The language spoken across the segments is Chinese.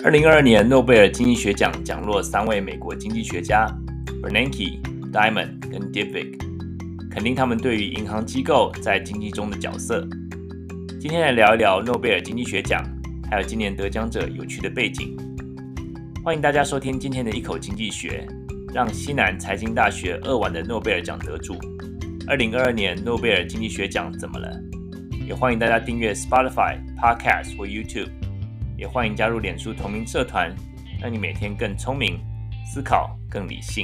2022年诺贝尔经济学奖奖落3位美国经济学家 Bernanke、Diamond 跟 Dybvig， 肯定他们对于银行机构在经济中的角色。今天来聊一聊诺贝尔经济学奖，还有今年得奖者有趣的背景。欢迎大家收听今天的一口经济学，让西南财经大学2晚的诺贝尔奖得主2022年诺贝尔经济学奖怎么了？也欢迎大家订阅 Spotify、Podcast 或 YouTube， 也欢迎加入脸书同名社团，让你每天更聪明，思考更理性。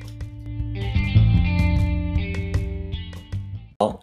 好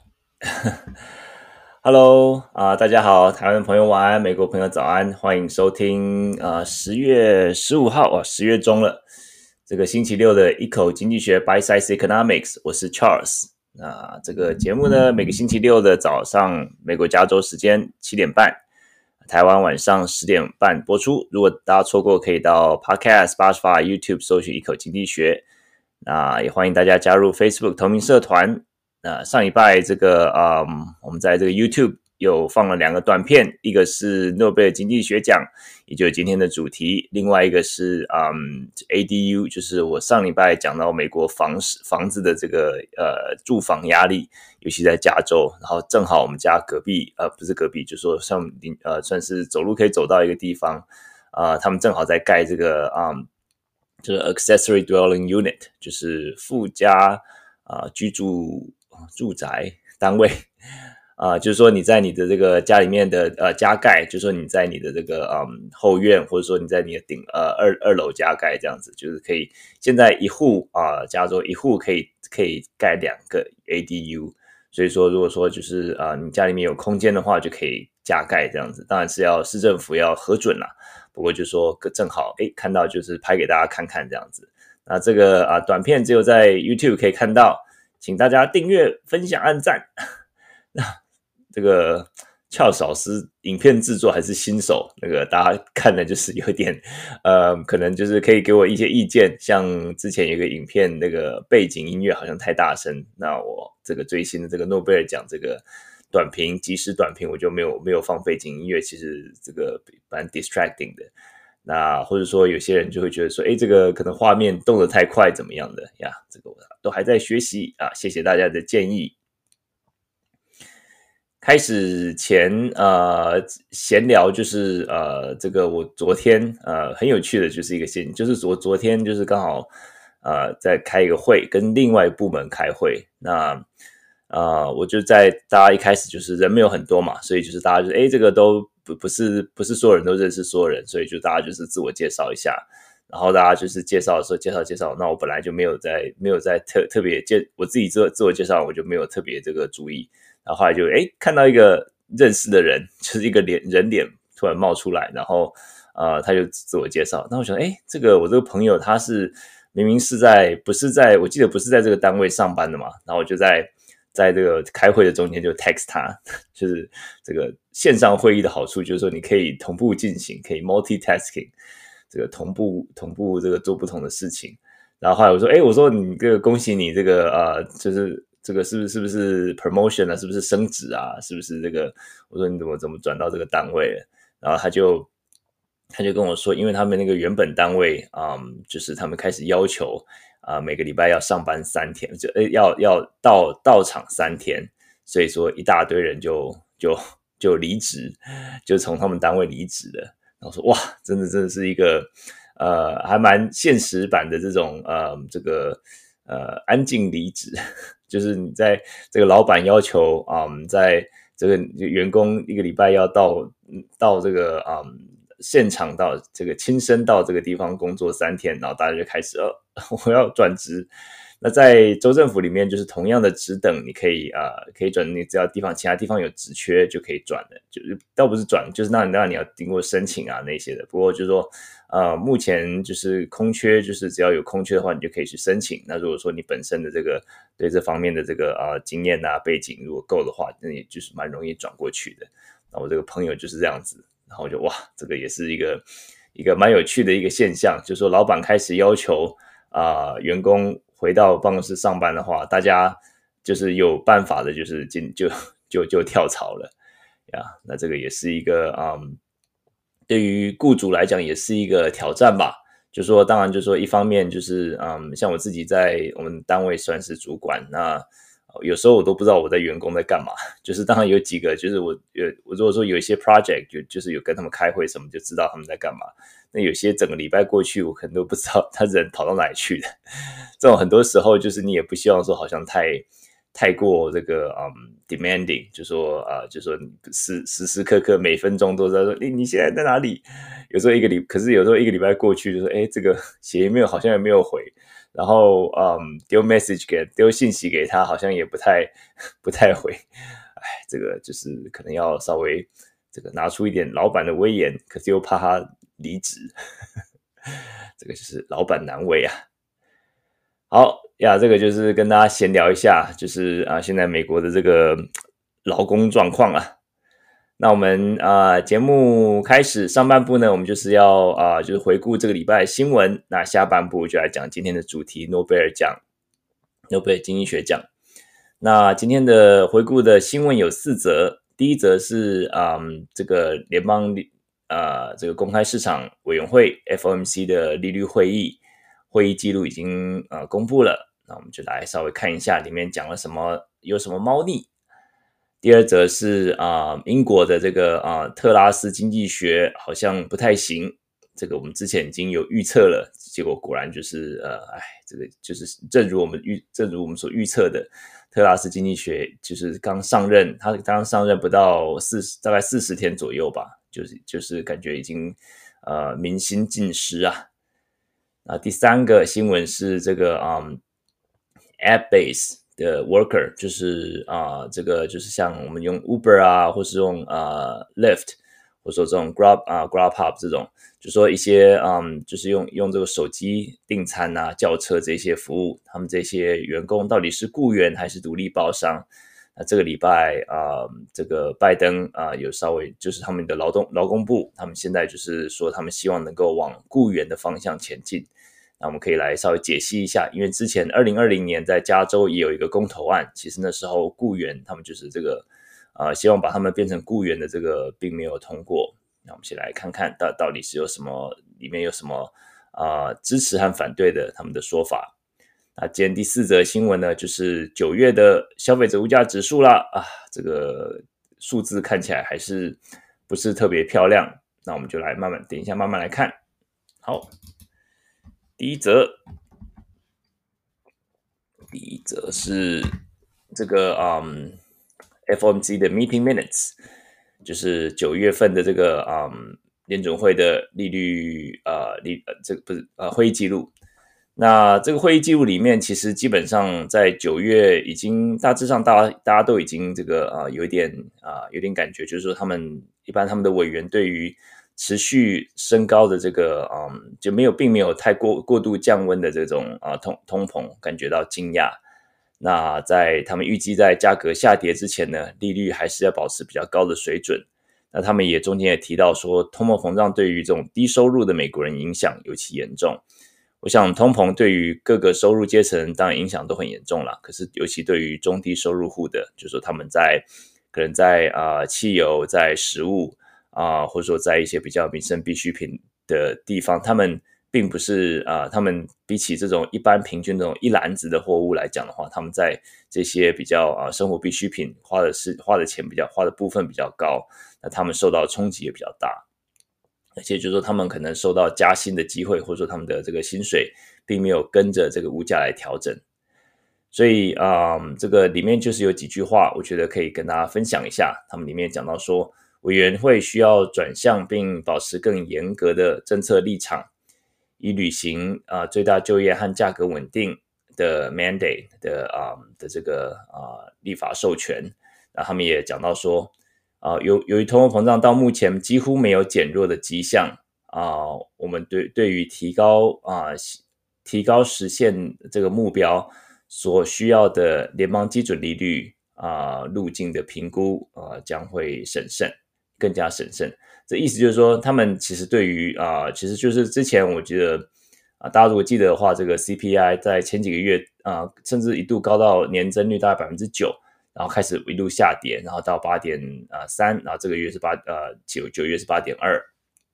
，Hello 大家好，台湾朋友晚安，美国朋友早安，欢迎收听10月15号10月中了，这个星期六的一口经济学 Bite Size Economics， 我是 Charles。这个节目呢，每个星期六的早上美国加州时间7点半，台湾晚上10点半播出。如果大家错过，可以到 Podcast、Spotify、YouTube 搜寻一口经济学。也欢迎大家加入 Facebook 同名社团。上礼拜这个我们在这个 YouTube 有放了2个短片，一个是诺贝尔经济学奖，也就是今天的主题，另外一个是ADU， 就是我上礼拜讲到美国房子的这个住房压力，尤其在加州，然后正好我们家隔壁不是隔壁，就是说算是走路可以走到一个地方，他们正好在盖这个就是 accessory dwelling unit， 就是附加居住住宅单位。就是说你在你的这个家里面的加盖，就是说你在你的这个后院，或者说你在你的二楼加盖这样子，就是可以现在一户加州一户可以盖2个 ADU， 所以说如果说就是你家里面有空间的话，就可以加盖这样子，当然是要市政府要核准啦，不过就说正好看到就是拍给大家看看这样子。那这个短片只有在 YouTube 可以看到，请大家订阅、分享、按赞。那这个Charles老师影片制作还是新手，那个大家看的就是有点可能就是可以给我一些意见，像之前有一个影片那个背景音乐好像太大声，那我这个最新的这个诺贝尔奖这个短评即时短评我就没有放背景音乐，其实这个蛮 distracting 的。那或者说有些人就会觉得说这个可能画面动得太快怎么样的呀，这个我都还在学习谢谢大家的建议。开始前闲聊，就是这个我昨天很有趣的就是一个就是我昨天就是刚好在开一个会，跟另外部门开会。那我就在大家一开始就是人没有很多嘛，所以就是大家就这个都不是所有人都认识所有人，所以就大家就是自我介绍一下，然后大家就是介绍的时候介绍，那我本来就没有在特别我自己自我介绍，我就没有特别这个注意。然后后来就看到一个认识的人，就是一个人脸突然冒出来，然后他就自我介绍。那我想这个我这个朋友他是明明是我记得不是在这个单位上班的嘛，然后我就在这个开会的中间就 text 他，就是这个线上会议的好处就是说你可以同步进行，可以 multitasking， 这个同步这个做不同的事情。然后后来我说你这个恭喜你这个就是这个是不是 promotion 啊，是不是升职啊，是不是这个，我说你怎么转到这个单位了？然后他就跟我说，因为他们那个原本单位就是他们开始要求每个礼拜要上班3天，就要到场3天，所以说一大堆人就离职，就从他们单位离职了。然后说哇，真的是一个还蛮现实版的这种这个安静离职。就是你在这个老板要求在这个员工一个礼拜要到这个现场，到这个亲身到这个地方工作3天，然后大家就开始我要转职。那在州政府里面就是同样的职等，你可以转，你只要其他地方有职缺就可以转的，就是倒不是转，就是那你要经过申请那些的。不过就是说目前就是空缺，就是只要有空缺的话你就可以去申请。那如果说你本身的这个对这方面的这个经验背景如果够的话，那也就是蛮容易转过去的。那我这个朋友就是这样子，然后我就哇，这个也是一个蛮有趣的一个现象，就是说老板开始要求员工回到办公室上班的话，大家就是有办法的就是就跳槽了呀。那这个也是一个对于雇主来讲也是一个挑战吧。就说当然就说一方面就是像我自己在我们单位算是主管，那有时候我都不知道我的员工在干嘛。就是当然有几个就是我如果说有一些 project 就是有跟他们开会什么就知道他们在干嘛，那有些整个礼拜过去我可能都不知道他人跑到哪里去的。这种很多时候就是你也不希望说好像太过这个demanding，就说时时刻刻每分钟都在说你现在在哪里？可是有时候一个礼拜过去就说这个写 email 好像也没有回，然后丢信息给他好像也不太回。这个就是可能要稍微这个拿出一点老板的威严，可是又怕他离职。这个就是老板难为啊。好呀，这个就是跟大家闲聊一下，就是现在美国的这个劳工状况啊。那我们节目开始上半部呢，我们就是要就是回顾这个礼拜的新闻。那下半部就来讲今天的主题——诺贝尔奖、诺贝尔经济学奖。那今天的回顾的新闻有4则，第一则是这个联邦这个公开市场委员会 FOMC 的利率会议记录已经公布了，那我们就来稍微看一下里面讲了什么，有什么猫腻。第二则是英国的这个特拉斯经济学好像不太行，这个我们之前已经有预测了，结果果然就是这个就是正如我们所预测的，特拉斯经济学就是刚上任，他刚上任不到大概40天左右吧，就是感觉已经民心尽失啊。第三个新闻是这个app-based 的 worker， 就是这个就是像我们用 Uber 或是用Lyft， 或者说这种 Grubhub 这种，就说一些就是用这个手机订餐叫车这些服务，他们这些员工到底是雇员还是独立包商？那这个礼拜这个拜登有稍微就是他们的劳工部，他们现在就是说他们希望能够往雇员的方向前进。那我们可以来稍微解析一下，因为之前2020年在加州也有一个公投案，其实那时候雇员他们就是这个希望把他们变成雇员的这个并没有通过。那我们先来看看到底是有什么，里面有什么支持和反对的他们的说法。那今天第4则新闻呢，就是9月的消费者物价指数啦这个数字看起来还是不是特别漂亮，那我们就来等一下慢慢来看。好，第一则是这个FOMC 的 meeting minutes， 就是9月份的这个联准会的利率这个不是会议记录。那这个会议记录里面，其实基本上在9月已经大致上大家都已经这个有点感觉，就是说他们的委员对于持续升高的这个就并没有太过度降温的这种通膨感觉到惊讶。那在他们预计在价格下跌之前呢，利率还是要保持比较高的水准。那他们中间也提到说，通货膨胀对于这种低收入的美国人影响尤其严重。我想通膨对于各个收入阶层当然影响都很严重啦，可是尤其对于中低收入户的，就是说他们可能在汽油、在食物或者说在一些比较民生必需品的地方，他们并不是他们比起这种一般平均这种一篮子的货物来讲的话，他们在这些比较生活必需品花的部分比较高，那他们受到冲击也比较大。而且就是说他们可能受到加薪的机会，或者说他们的这个薪水并没有跟着这个物价来调整。所以这个里面就是有几句话我觉得可以跟大家分享一下。他们里面讲到说，委员会需要转向并保持更严格的政策立场，以履行最大就业和价格稳定的 mandate 的这个立法授权。那他们也讲到说由于通货膨胀到目前几乎没有减弱的迹象我们对于提高实现这个目标所需要的联邦基准利率路径的评估将会更加审慎。这意思就是说，他们其实对于其实就是之前我觉得大家如果记得的话，这个 CPI 在前几个月甚至一度高到年增率大概 9%。然后开始一路下跌，然后到8.3%，然后这个月是9月是8.2%。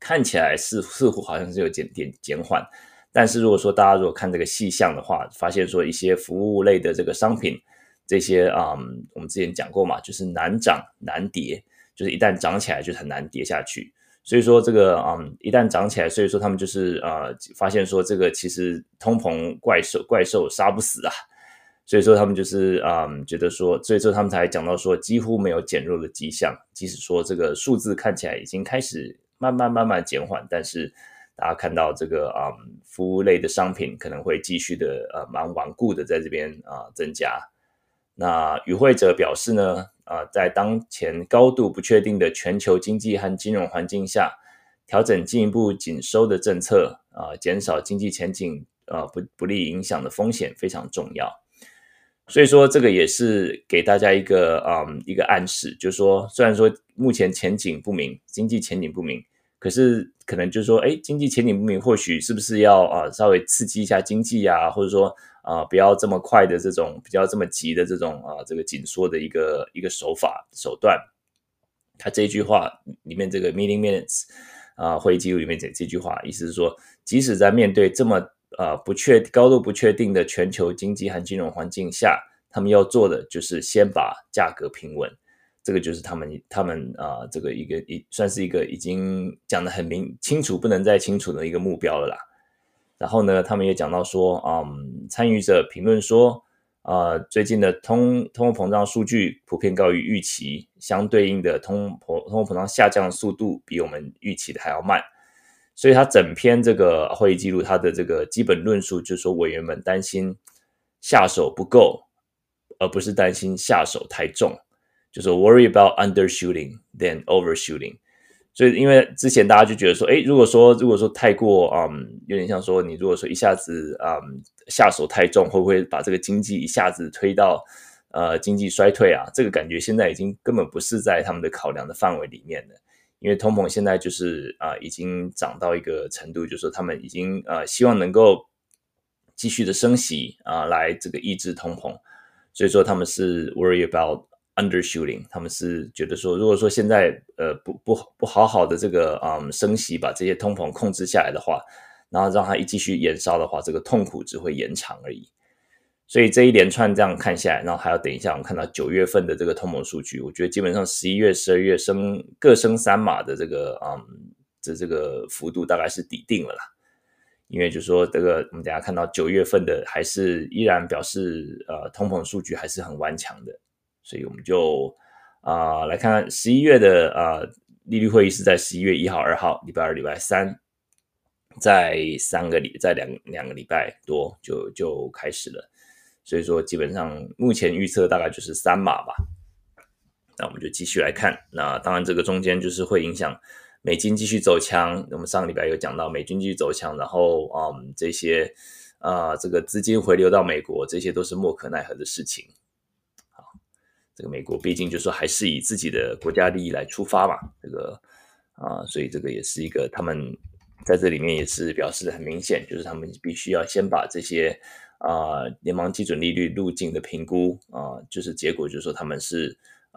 看起来似乎好像是有减缓，但是如果说大家如果看这个细项的话，发现说一些服务类的这个商品，这些我们之前讲过嘛，就是难涨难跌，就是一旦涨起来就很难跌下去。所以说这个一旦涨起来，所以说他们就是发现说这个其实通膨怪兽杀不死啊，所以说他们就是觉得说，所以说他们才讲到说几乎没有减弱的迹象，即使说这个数字看起来已经开始慢慢减缓，但是大家看到这个服务类的商品可能会继续的蛮顽固的在这边增加。那与会者表示呢，在当前高度不确定的全球经济和金融环境下，调整进一步紧收的政策减少经济前景不利影响的风险非常重要。所以说这个也是给大家一个暗示，就是说虽然说目前前景不明，经济前景不明，可是可能就是说经济前景不明，或许是不是要稍微刺激一下经济啊，或者说不要这么快的这种比较这么急的这种这个紧缩的一个手段。他这一句话里面这个 meeting minutes 会议记录里面这句话意思是说，即使在面对这么高度不确定的全球经济和金融环境下，他们要做的就是先把价格平稳。这个就是他们这个算是一个已经讲得很清楚不能再清楚的一个目标了啦。然后呢，他们也讲到说参与者评论说最近的通货膨胀数据普遍高于预期，相对应的通货膨胀下降速度比我们预期的还要慢。所以他整篇这个会议记录，他的这个基本论述就是说，委员们担心下手不够，而不是担心下手太重，就是 worry about undershooting than overshooting。所以因为之前大家就觉得说如果说太过有点像说你如果说一下子下手太重，会不会把这个经济一下子推到经济衰退啊？这个感觉现在已经根本不是在他们的考量的范围里面的。因为通膨现在就是已经涨到一个程度，就是说他们已经希望能够继续的升息来这个抑制通膨，所以说他们是 worry about undershooting， 他们是觉得说，如果说现在不好好的这个升息，把这些通膨控制下来的话，然后让它继续延烧的话，这个痛苦只会延长而已。所以这一连串这样看下来，然后还要等一下我们看到9月份的这个通膨数据，我觉得基本上11月、12月各升3码的这个幅度大概是底定了啦。因为就是说这个我们等一下看到9月份的还是依然表示通膨数据还是很顽强的，所以我们就来看看11月的利率会议是在11月1号、2号，礼拜2、礼拜3，在两个礼拜多就开始了。所以说基本上目前预测大概就是3码吧。那我们就继续来看，那当然这个中间就是会影响美金继续走强，我们上个礼拜有讲到美金继续走强，然后这些这个资金回流到美国，这些都是莫可奈何的事情。好，这个美国毕竟就是说还是以自己的国家利益来出发嘛，这个所以这个也是一个他们在这里面也是表示的很明显，就是他们必须要先把这些联邦基准利率路径的评估就是结果就是说他们是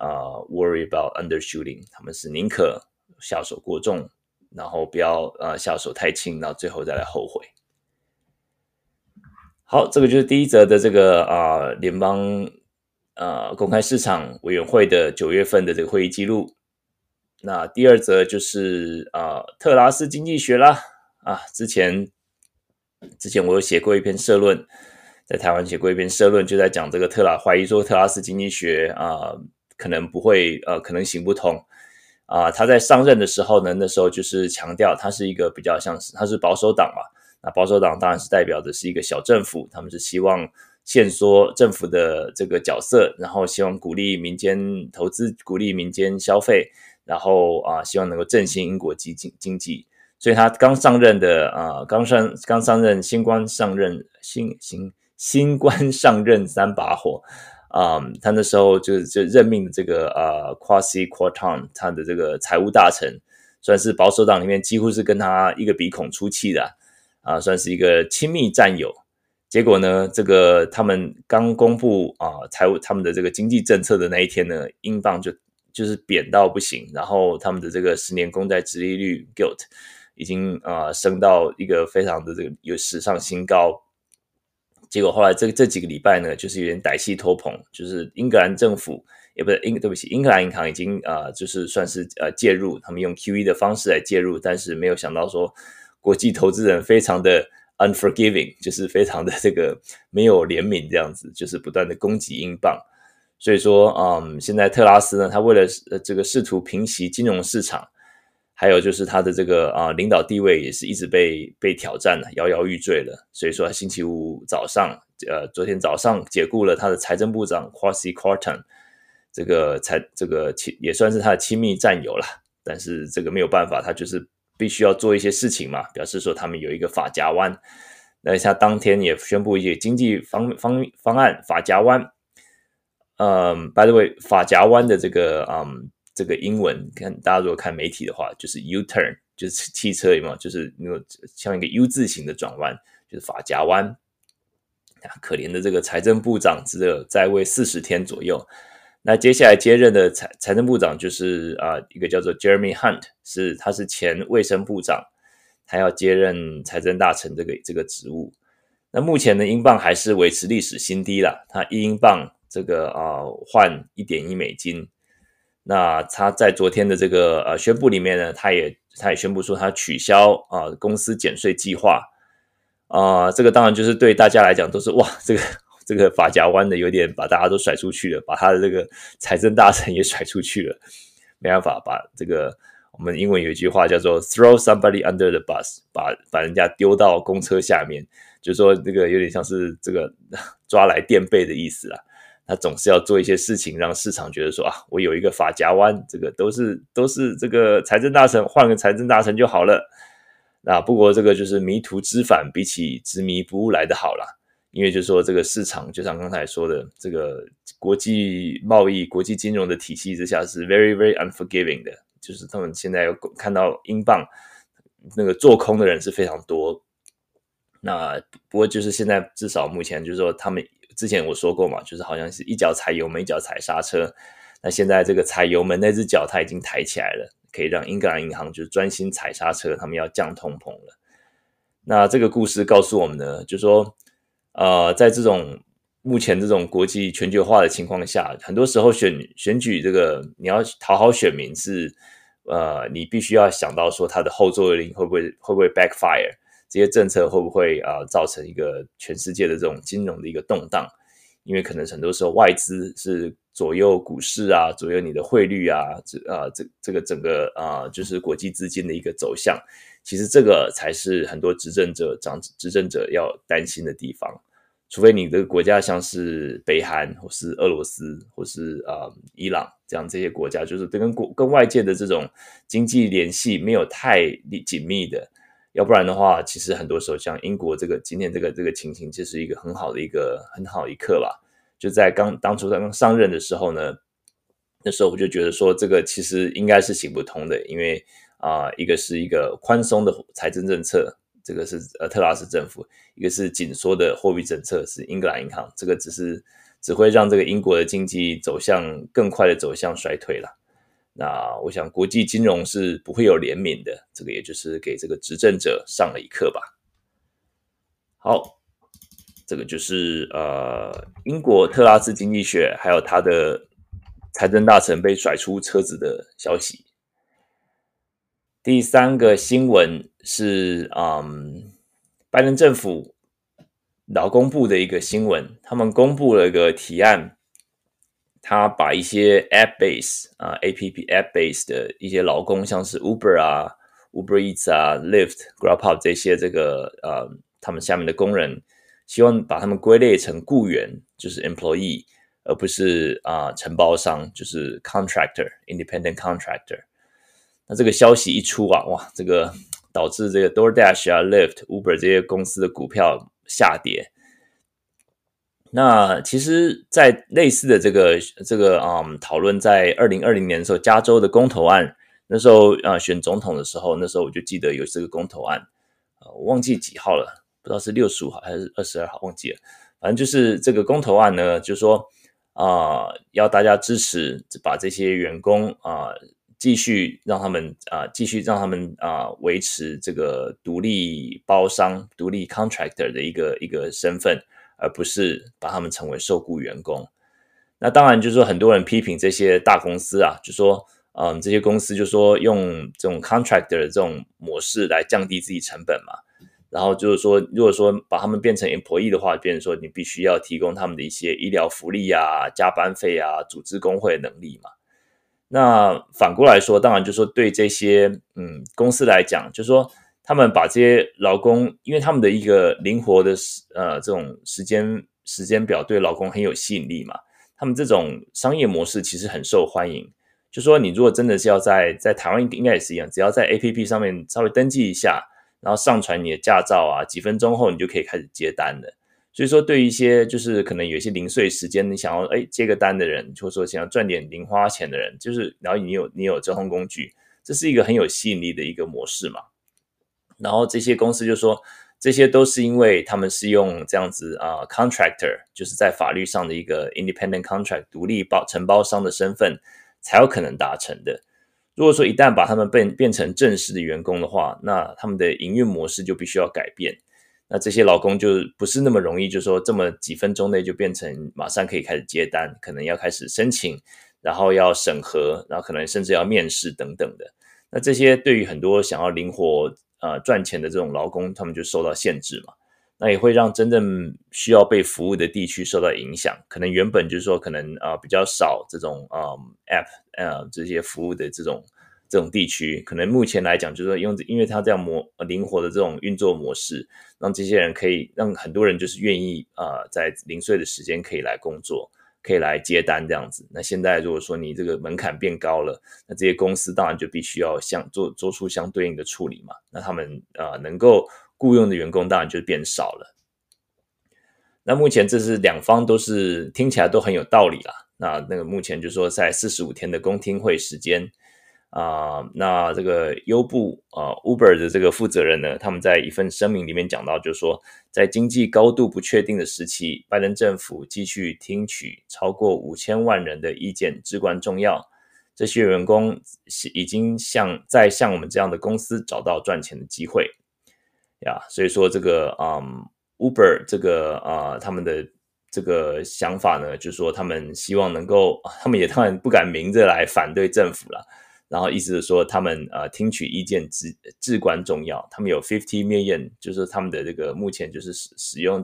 worry about undershooting， 他们是宁可下手过重，然后不要下手太轻，然后最后再来后悔。好，这个就是第一则的这个联邦公开市场委员会的9月份的这个会议记录。那第二则就是特拉斯经济学啦之前我有写过一篇社论，在台湾写过一篇社论，就在讲这个怀疑说特拉斯经济学可能不会可能行不通他在上任的时候呢，那时候就是强调他是一个比较像是他是保守党嘛，那保守党当然是代表的是一个小政府，他们是希望限缩政府的这个角色，然后希望鼓励民间投资，鼓励民间消费，然后希望能够振兴英国经济。所以他刚上任新官上任3把火他那时候就任命这个Kwasi Kwarteng 他的这个财务大臣，算是保守党里面几乎是跟他一个鼻孔出气的算是一个亲密战友。结果呢，这个他们刚公布他们的这个经济政策的那一天呢，英镑就就是贬到不行，然后他们的这个10年公债殖利率 gilt 已经升到一个非常的这个有史上新高。结果后来这几个礼拜呢，就是有点歹戏拖棚，就是英格兰政府也不是对不起，英格兰银行已经就是算是介入，他们用 QE 的方式来介入，但是没有想到说国际投资人非常的 unforgiving， 就是非常的这个没有怜悯这样子，就是不断的攻击英镑。所以说现在特拉斯呢，他为了这个试图平息金融市场，还有就是他的这个领导地位也是一直被挑战了，摇摇欲坠了。所以说星期五早上昨天早上解雇了他的财政部长 Kwasi Kwarteng， 这个也算是他的亲密战友啦，但是这个没有办法，他就是必须要做一些事情嘛，表示说他们有一个法夹湾。那他当天也宣布一些经济方案，法夹湾。by the way， 法夹湾的这个英文，看大家如果看媒体的话，就是 U-turn， 就是汽车有没有？就是那个像一个 U 字形的转弯，就是法夹湾。可怜的这个财政部长只有在位40天左右。那接下来接任的财政部长就是一个叫做 Jeremy Hunt， 他是前卫生部长，他要接任财政大臣这个职务。那目前呢，英镑还是维持历史新低啦，它1英镑这个换 1.1 美金。那他在昨天的这个宣布里面呢，他也宣布说他取消公司减税计划。这个当然就是对大家来讲都是哇，这个法夹湾的有点把大家都甩出去了，把他的这个财政大臣也甩出去了。没办法，把这个我们英文有一句话叫做 throw somebody under the bus， 把人家丢到公车下面，就是说这个有点像是这个抓来垫背的意思啦。他总是要做一些事情，让市场觉得说我有一个法夹湾，这个都是这个财政大臣，换个财政大臣就好了。那不过这个就是迷途知返，比起执迷不悟来的好啦。因为就是说这个市场就像刚才说的，这个国际贸易、国际金融的体系之下是 very very unforgiving 的，就是他们现在有看到英镑那个做空的人是非常多。那不过就是现在至少目前就是说他们之前我说过嘛，就是好像是一脚踩油门一脚踩刹车。那现在这个踩油门那只脚它已经抬起来了，可以让英格兰银行就是专心踩刹车，他们要降通膨了。那这个故事告诉我们呢，就是说在这种目前这种国际全球化的情况下，很多时候选举这个你要讨好选民是你必须要想到说它的后座力会不会 backfire， 这些政策会不会造成一个全世界的这种金融的一个动荡。因为可能很多时候外资是左右股市啊，左右你的汇率啊，这个整个就是国际资金的一个走向。其实这个才是很多执政者要担心的地方。除非你的国家像是北韩或是俄罗斯或是伊朗这样这些国家，就是跟外界的这种经济联系没有太紧密的。要不然的话，其实很多时候像英国今天这个情形，就是一个很好的一课吧。就在当初他刚上任的时候呢，那时候我就觉得说这个其实应该是行不通的，因为一个是一个宽松的财政政策，这个是特拉斯政府，一个是紧缩的货币政策是英格兰银行，这个只会让这个英国的经济更快的走向衰退了。那我想国际金融是不会有怜悯的，这个也就是给这个执政者上了一课吧。好，这个就是英国特拉斯经济学还有他的财政大臣被甩出车子的消息。第三个新闻是拜登政府劳工部的一个新闻，他们公布了一个提案，他把一些 App App-based 的一些劳工，像是 Uber Eats Lyft、Grubhub 这些他们下面的工人，希望把他们归类成雇员，就是 employee， 而不是承包商，就是 independent contractor。那这个消息一出哇，这个导致这个 DoorDash、Lyft、Uber 这些公司的股票下跌。那其实在类似的这个讨论，在2020年的时候，加州的公投案，那时候选总统的时候，那时候我就记得有这个公投案，我忘记几号了，不知道是65号还是22号，忘记了。反正就是这个公投案呢，就是说要大家支持把这些员工继续让他们维持这个独立包商、独立 contractor 的一个身份，而不是把他们成为受雇员工。那当然就是说很多人批评这些大公司啊，就说这些公司就说用这种 contractor 的这种模式来降低自己成本嘛。然后就是说，如果说把他们变成 employee 的话，变成说你必须要提供他们的一些医疗福利啊、加班费啊、组织工会的能力嘛。那反过来说，当然就是说对这些公司来讲，就是说他们把这些劳工，因为他们的一个灵活的这种时间表对劳工很有吸引力嘛，他们这种商业模式其实很受欢迎。就说你如果真的是要在台湾应该也是一样，只要在 APP 上面稍微登记一下，然后上传你的驾照啊，几分钟后你就可以开始接单了。所以说对于一些就是可能有一些零碎时间你想要接个单的人，或者说想要赚点零花钱的人，就是然后你有交通工具，这是一个很有吸引力的一个模式嘛。然后这些公司就说这些都是因为他们是用这样子contractor， 就是在法律上的一个 independent contract 独立承包商的身份才有可能达成的。如果说一旦把他们变成正式的员工的话，那他们的营运模式就必须要改变。那这些劳工就不是那么容易，就说这么几分钟内就变成马上可以开始接单，可能要开始申请，然后要审核，然后可能甚至要面试等等的。那这些对于很多想要灵活赚钱的这种劳工，他们就受到限制嘛。那也会让真正需要被服务的地区受到影响，可能原本就是说可能比较少这种App 这些服务的这种地区，可能目前来讲就是说因为它这样灵活的这种运作模式，让这些人可以让很多人就是愿意在零碎的时间可以来工作，可以来接单这样子。那现在如果说你这个门槛变高了，那这些公司当然就必须要做出相对应的处理嘛。那他们能够雇佣的员工当然就变少了。那目前这是两方都是听起来都很有道理啦。那个目前就说在45天的公听会时间那这个优步Uber 的这个负责人呢，他们在一份声明里面讲到，就是说在经济高度不确定的时期，拜登政府继续听取超过5000万人的意见至关重要。这些员工已经向我们这样的公司找到赚钱的机会呀，所以说这个Uber 这个他们的这个想法呢，就是说他们希望能够，他们也当然不敢明着来反对政府啦，然后意思是说他们听取意见至关重要，他们有50 million， 就是他们的这个目前就是使用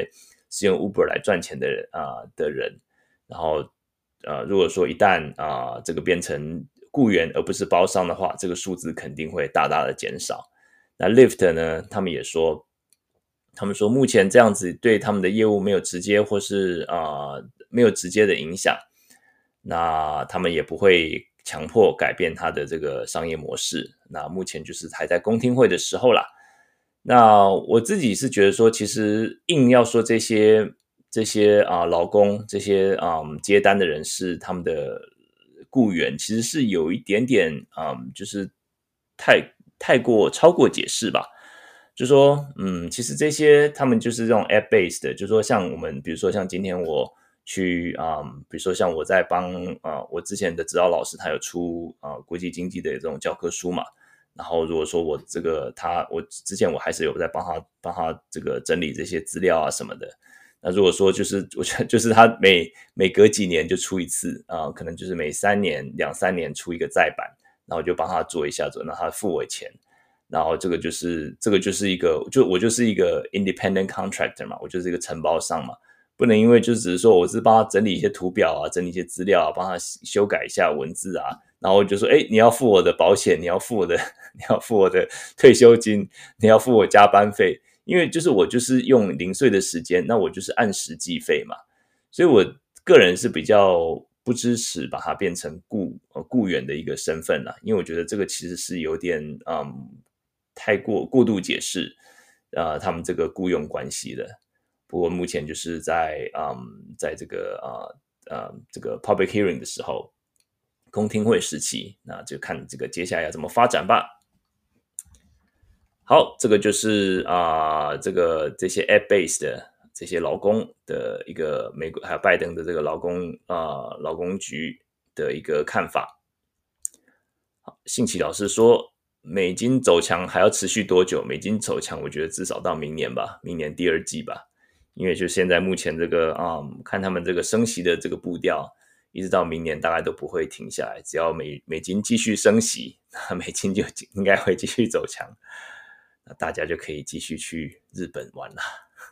Uber 来赚钱的人，然后如果说一旦这个变成雇员而不是包商的话，这个数字肯定会大大的减少。那 Lyft 呢，他们说目前这样子对他们的业务没有直接或是没有直接的影响，那他们也不会强迫改变他的这个商业模式。那目前就是还在公听会的时候啦。那我自己是觉得说，其实硬要说这些劳工这些接单的人是他们的雇员，其实是有一点点就是太过超过解释吧。就说其实这些他们就是这种 app based 的，就说像我们比如说像今天我去比如说像我在帮我之前的指导老师他有出国际经济的这种教科书嘛。然后如果说我这个我之前我还是有在帮他这个整理这些资料啊什么的。那如果说就是我觉得就是他每隔几年就出一次可能就是每2、3年出一个再版，然后我就帮他做一下，让他付我钱。然后这个就是一个我就是一个 independent contractor 嘛，我就是一个承包商嘛，不能因为就只是说我是帮他整理一些图表啊，整理一些资料啊，帮他修改一下文字啊，然后就说你要付我的保险，你要付我的退休金，你要付我加班费，因为我就是用零碎的时间，那我就是按时计费嘛。所以我个人是比较不支持把它变成雇员的一个身份啦，因为我觉得这个其实是有点太过度解释他们这个雇佣关系的。不过目前就是在这个这个 public hearing 的时候，公听会时期，那就看这个接下来要怎么发展吧。好，这个就是这些 app based 的这些劳工的一个美国还有拜登的这个劳工局的一个看法。信奇老师说，美金走强还要持续多久？美金走强，我觉得至少到明年吧，明年第二季吧。因为就现在目前这个看他们这个升息的这个步调，一直到明年大概都不会停下来。只要美金继续升息，那美金就应该会继续走强，那大家就可以继续去日本玩了。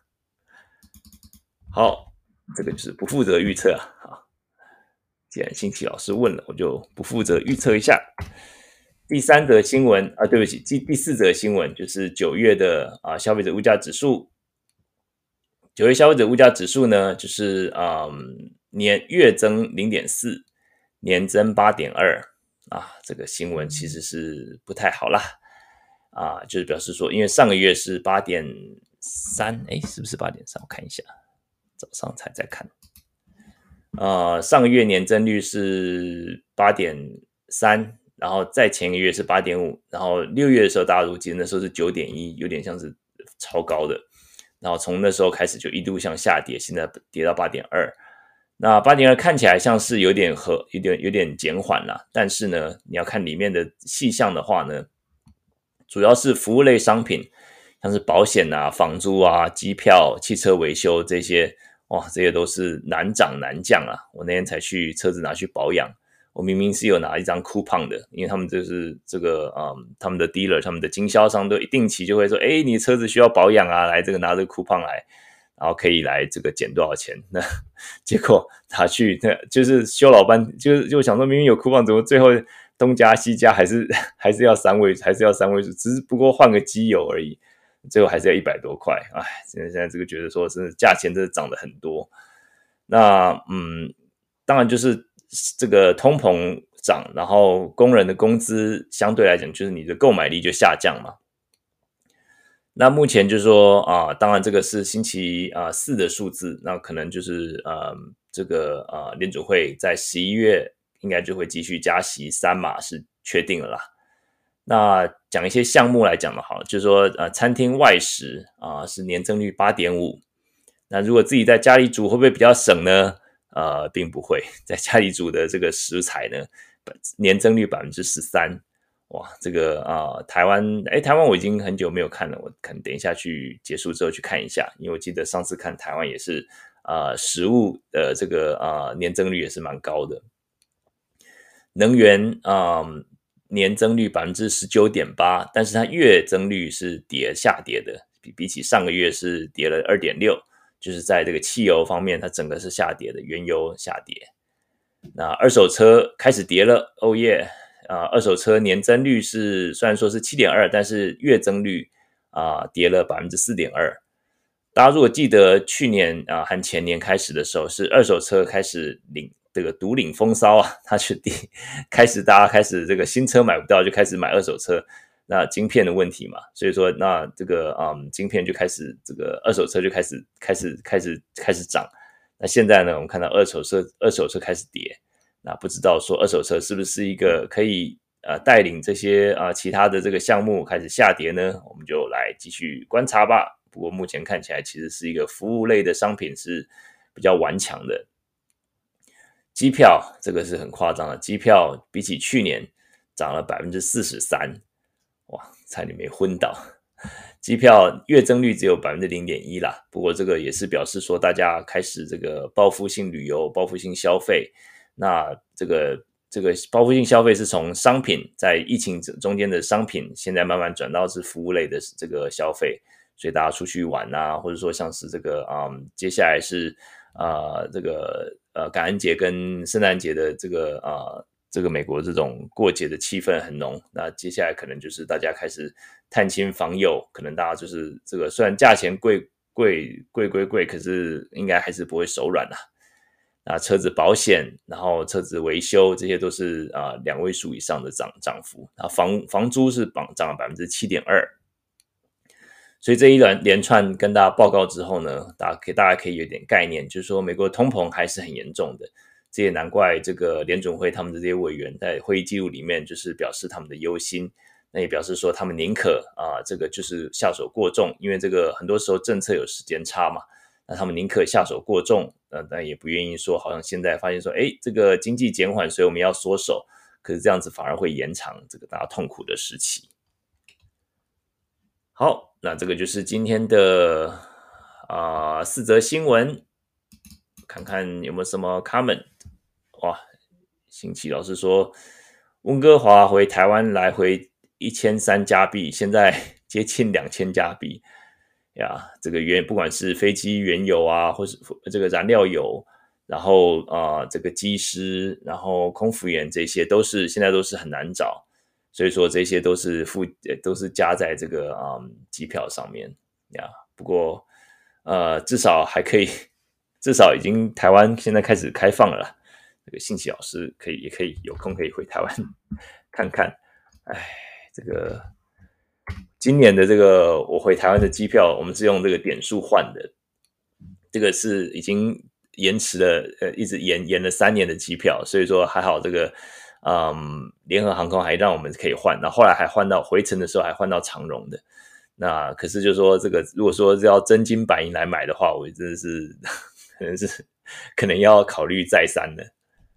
好，这个就是不负责预测啊。既然信奇老师问了，我就不负责预测一下。第三则新闻对不起，第四则新闻就是9月的消费者物价指数。9月消费者物价指数呢，就是月增 0.4， 年增 8.2 这个新闻其实是不太好啦就是表示说，因为上个月是 8.3， 是不是 8.3？ 我看一下，早上才在看。上个月年增率是 8.3， 然后再前一个月是 8.5， 然后6月的时候大家如果记得那时候是 9.1， 有点像是超高的，然后从那时候开始就一度向下跌，现在跌到 8.2。 那 8.2 看起来像是有点减缓啦，但是呢你要看里面的细项的话呢，主要是服务类商品，像是保险房租机票、汽车维修这些，这些都是难涨难降啊！我那天才去车子拿去保养，我明明是有拿一张 coupon 的，因为他们就是这个他们的 dealer， 他们的经销商都定期就会说，你车子需要保养来这个拿这个 coupon来，然后可以来这个减多少钱。那结果他去就是修老班，就想说明明有 coupon， 怎么最后东加西加还是要三位数，只是不过换个机油而已。最后还是要100多块，现在这个觉得说真的价钱真的涨得很多。那当然就是这个通膨涨，然后工人的工资相对来讲就是你的购买力就下降嘛。那目前就是说当然这个是星期4的数字，那可能就是这个联准会在11月应该就会继续加息3码是确定了啦。那讲一些项目来讲的好，就是说餐厅外食是年增率 8.5， 那如果自己在家里煮会不会比较省呢？并不会，在家里煮的这个食材呢，年增率 13%。 哇，这个台湾我已经很久没有看了，我可能等一下去结束之后去看一下，因为我记得上次看台湾也是食物的这个年增率也是蛮高的。能源年增率 19.8%， 但是它月增率是下跌的，比起上个月是跌了 2.6%， 就是在这个汽油方面它整个是下跌的，原油下跌。那二手车开始跌了，二手车年增率是虽然说是 7.2%， 但是月增率跌了 4.2%。 大家如果记得去年和前年开始的时候，是二手车开始这个独领风骚它去开始大家开始这个新车买不到，就开始买二手车，那晶片的问题嘛，所以说那这个晶片就开始这个二手车就开始涨。那现在呢，我们看到二手车开始跌，那不知道说二手车是不是一个可以带领这些其他的这个项目开始下跌呢？我们就来继续观察吧。不过目前看起来其实是一个服务类的商品是比较顽强的。机票这个是很夸张的，机票比起去年涨了 43%， 哇，差点没昏倒。机票月增率只有 0.1% 啦，不过这个也是表示说大家开始这个报复性旅游、报复性消费。那这个报复性消费是从商品在疫情中间的商品，现在慢慢转到是服务类的这个消费，所以大家出去玩或者说像是这个接下来是这个感恩节跟圣诞节的这个美国这种过节的气氛很浓，那接下来可能就是大家开始探亲访友，可能大家就是这个虽然价钱贵，可是应该还是不会手软啦。那车子保险，然后车子维修，这些都是2位数以上的涨幅。然后房租是涨了 7.2%。所以这一连串跟大家报告之后呢，大家可以有点概念，就是说美国通膨还是很严重的。这也难怪这个联准会他们的这些委员在会议记录里面就是表示他们的忧心，那也表示说他们宁可这个就是下手过重，因为这个很多时候政策有时间差嘛。 那他们宁可下手过重，但也不愿意说好像现在发现说，这个经济减缓，所以我们要缩手，可是这样子反而会延长这个大家痛苦的时期。好，那这个就是今天的4则新闻，看看有没有什么 comment。哇，新奇老师说，温哥华回台湾来回1300加币，现在接近2000加币呀。这个不管是飞机原油啊，或是这个燃料油，然后这个机师，然后空服员，这些现在都是很难找。所以说这些都是加在这个机票上面呀。不过至少还可以，至少已经台湾现在开始开放了啦。这个信奇老师也可以有空可以回台湾看看。这个今年的这个我回台湾的机票，我们是用这个点数换的，这个是已经延迟了一直延了3年的机票，所以说还好这个联合航空还让我们可以换，然后后来还换到回程的时候还换到长荣的。那可是就说这个如果说要真金白银来买的话，我真的是可能要考虑再三了。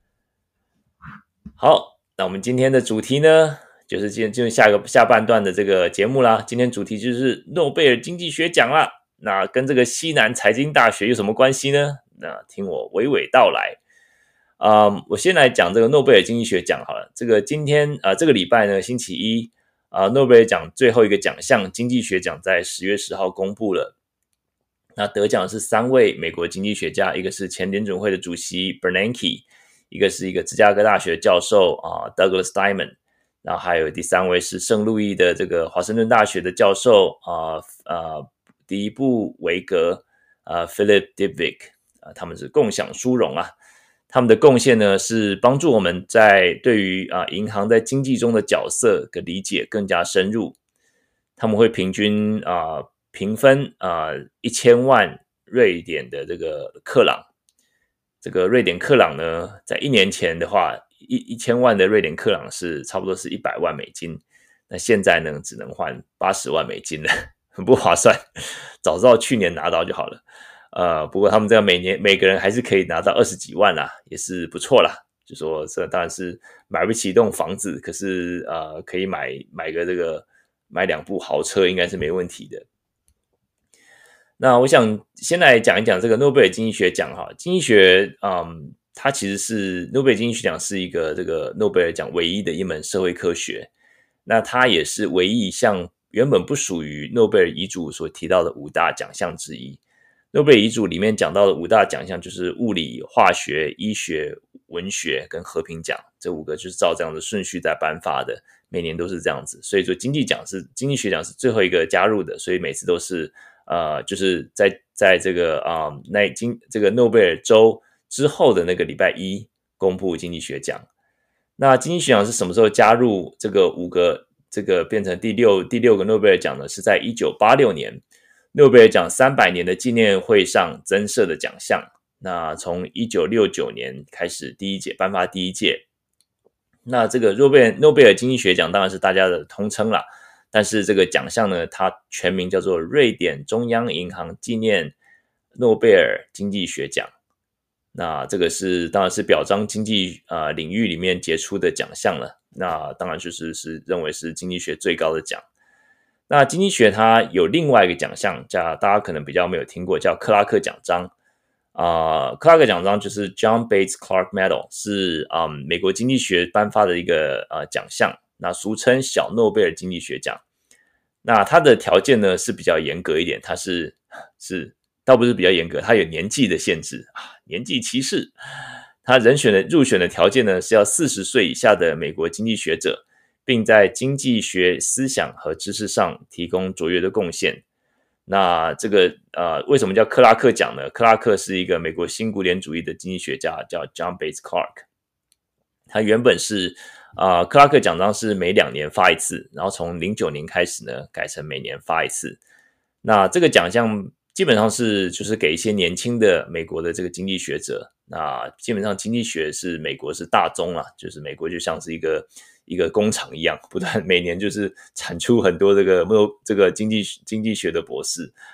好，那我们今天的主题呢，就是进入下半段的这个节目啦。今天主题就是诺贝尔经济学奖啦。那跟这个西南财经大学有什么关系呢？那听我娓娓道来。我先来讲这个诺贝尔经济学奖好了。这个今天这个礼拜呢，星期一诺贝尔奖最后一个奖项经济学奖在10月10号公布了。那得奖的是3位美国经济学家，一个是前联准会的主席 Bernanke， 一个是一个芝加哥大学教授Douglas Diamond， 然后还有第3位是圣路易的这个华盛顿大学的教授迪布维格Philip Dybvig， 他们是共享殊荣啊。他们的贡献呢，是帮助我们对于银行在经济中的角色的理解更加深入。他们会平均评分1000万瑞典的这个克朗。这个瑞典克朗呢，在1年前的话，1000万的瑞典克朗是差不多是100万美金，那现在呢只能换80万美金了，很不划算。早知道去年拿到就好了。不过他们这样每个人还是可以拿到20几万啦，也是不错啦。就说这当然是买不起一栋房子，可是可以买个这个买2部豪车应该是没问题的。那我想先来讲一讲这个诺贝尔经济学奖哈。经济学它其实是诺贝尔经济学奖是一个这个诺贝尔奖唯一的一门社会科学。那它也是唯一一项原本不属于诺贝尔遗嘱所提到的5大奖项之一。诺贝尔遗嘱里面讲到的5大奖项就是物理、化学、医学、文学跟和平奖，这5个就是照这样的顺序在颁发的，每年都是这样子。所以说经济学奖是最后一个加入的，所以每次都是就是在这个这个诺贝尔周之后的那个礼拜一公布经济学奖。那经济学奖是什么时候加入这个5个这个变成第六个诺贝尔奖呢？是在1986年。诺贝尔奖300年的纪念会上增设的奖项。那从1969年开始颁发第一届。那这个诺贝尔经济学奖当然是大家的通称啦，但是这个奖项呢，它全名叫做瑞典中央银行纪念诺贝尔经济学奖。那这个当然是表彰经济领域里面杰出的奖项了。那当然就是认为是经济学最高的奖。那经济学它有另外一个奖项，大家可能比较没有听过，叫克拉克奖章。克拉克奖章就是 John Bates Clark Medal， 是美国经济学颁发的一个奖项，那俗称小诺贝尔经济学奖。那它的条件呢是比较严格一点，它是倒不是比较严格，它有年纪的限制年纪歧视。它入选的条件呢是要40岁以下的美国经济学者，并在经济学思想和知识上提供卓越的贡献。那这个为什么叫克拉克奖呢？克拉克是一个美国新古典主义的经济学家，叫 John Bates Clark。他原本是克拉克奖章是每2年发一次，然后从09年开始呢改成每年发一次。那这个奖项基本上就是给一些年轻的美国的这个经济学者。那基本上经济学美国是大宗啊，就是美国就像是一个工厂一样，不断每年就是产出很多这个经济学的博士。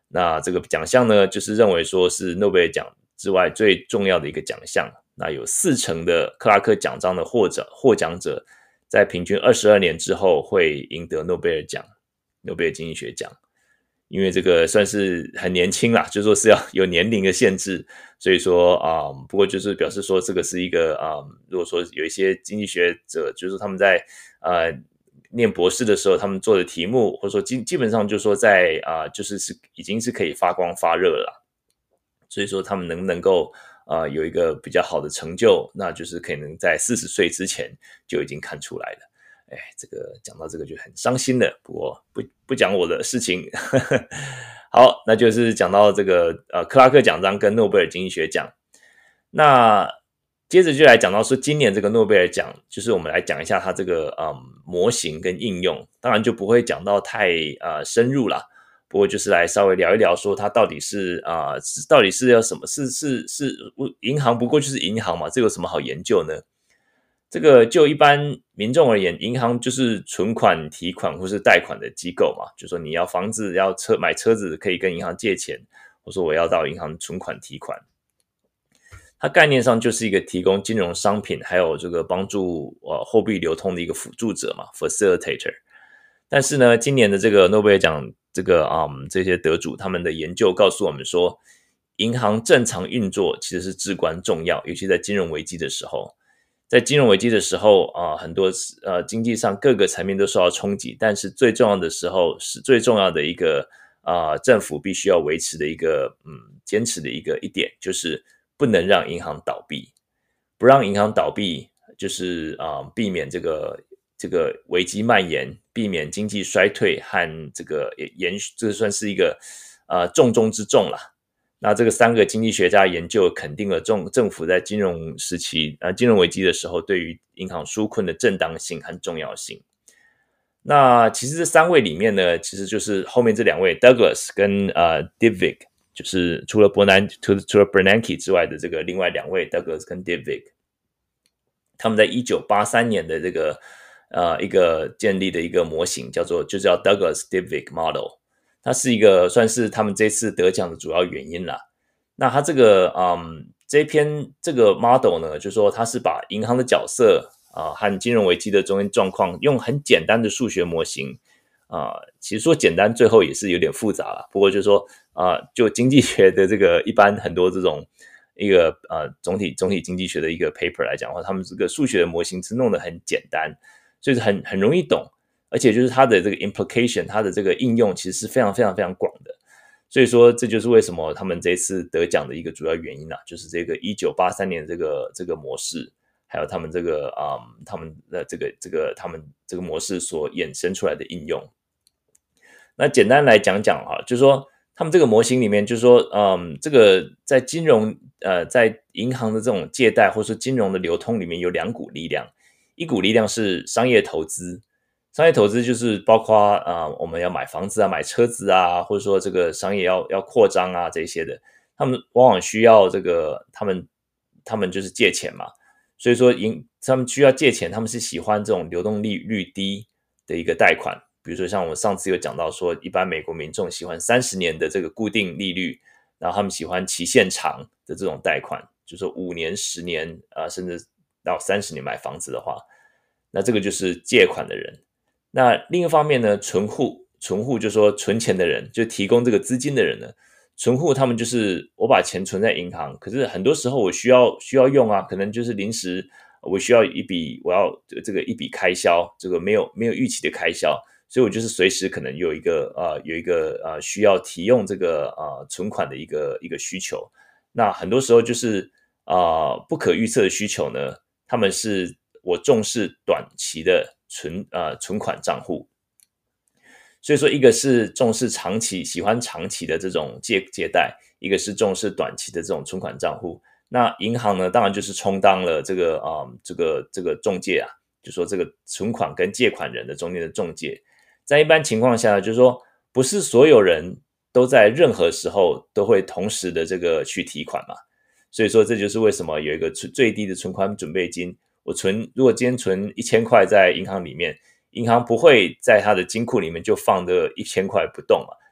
那这个奖项呢，就是认为说是诺贝尔奖之外最重要的一个奖项。那有40%的克拉克奖章的获奖者，在平均22年之后会赢得诺贝尔奖，诺贝尔经济学奖。因为这个算是很年轻啦，就说是要有年龄的限制，所以说不过就是表示说这个是一个如果说有一些经济学者，就是他们在念博士的时候，他们做的题目，或者说基本上就是说在就是已经是可以发光发热了啦，所以说他们能够有一个比较好的成就，那就是可能在40岁之前就已经看出来了。哎，这个讲到这个就很伤心了，不过不讲我的事情。好，那就是讲到这个克拉克奖章跟诺贝尔经济学奖。那接着就来讲到说今年这个诺贝尔奖，就是我们来讲一下它这个模型跟应用，当然就不会讲到太深入啦，不过就是来稍微聊一聊说它到底是到底是要什么，是银行，不过就是银行嘛，这有什么好研究呢？这个就一般民众而言，银行就是存款、提款或是贷款的机构嘛，就说你要房子、要买车子，可以跟银行借钱，或说我要到银行存款、提款。它概念上就是一个提供金融商品，还有这个帮助货币流通的一个辅助者嘛 ，facilitator。但是呢，今年的这个诺贝尔奖，这些得主他们的研究告诉我们说，银行正常运作其实是至关重要，尤其在金融危机的时候。在金融危机的时候很多经济上各个层面都受到冲击，但是最重要的时候是最重要的一个政府必须要维持的一个坚持的一点，就是不能让银行倒闭。不让银行倒闭就是避免这个危机蔓延，避免经济衰退和这个这算是一个重中之重啦。那这个3个经济学家研究肯定了政府在金融时期金融危机的时候对于银行纾困的正当性和重要性。那其实这3位里面呢，其实就是后面这2位 Douglas 跟Dybvig， 就是除了Bernanke 之外的这个另外2位 Douglas 跟 Dybvig， 他们在1983年的这个一个建立的一个模型就叫 Douglas-Dybvig Model。它是一个算是他们这次得奖的主要原因啦。那它这个这个 model 呢，就是说它是把银行的角色和金融危机的中间状况用很简单的数学模型其实说简单最后也是有点复杂啦，不过就是说就经济学的这个一般很多这种一个总体经济学的一个 paper 来讲的话，他们这个数学的模型是弄得很简单，所以是很容易懂。而且就是它的这个 implication， 它的这个应用其实是非常非常非常广的，所以说这就是为什么他们这次得奖的一个主要原因啦，就是这个1983年这个模式，还有他们这个他们的他们这个模式所衍生出来的应用。那简单来讲就是说他们这个模型里面就是说这个在金融在银行的这种借贷或是金融的流通里面有2股力量，一股力量是商业投资。商业投资就是包括我们要买房子买车子或者说这个商业要扩张这些的，他们往往需要这个他们就是借钱嘛，所以说他们需要借钱，他们是喜欢这种流动利率低的一个贷款，比如说像我上次有讲到说，一般美国民众喜欢30年的这个固定利率，然后他们喜欢期限长的这种贷款，就是说5年、10年甚至到30年买房子的话，那这个就是借款的人。那另一方面呢，存户就是说存钱的人，就提供这个资金的人呢，存户他们就是我把钱存在银行，可是很多时候我需要用可能就是临时我需要我要这个一笔开销，这个没有预期的开销，所以我就是随时可能有一个需要提用这个存款的一个需求。那很多时候就是不可预测的需求呢，他们是我重视短期的存款账户，所以说一个是重视喜欢长期的这种借贷，一个是重视短期的这种存款账户。那银行呢，当然就是充当了这个中介就说这个存款跟借款人的中间的中介。在一般情况下呢，就是说不是所有人都在任何时候都会同时的这个去提款嘛，所以说这就是为什么有一个最低的存款准备金。如果今天存1000块在银行里面，银行不会在它的金库里面就放这1000块不动嘛，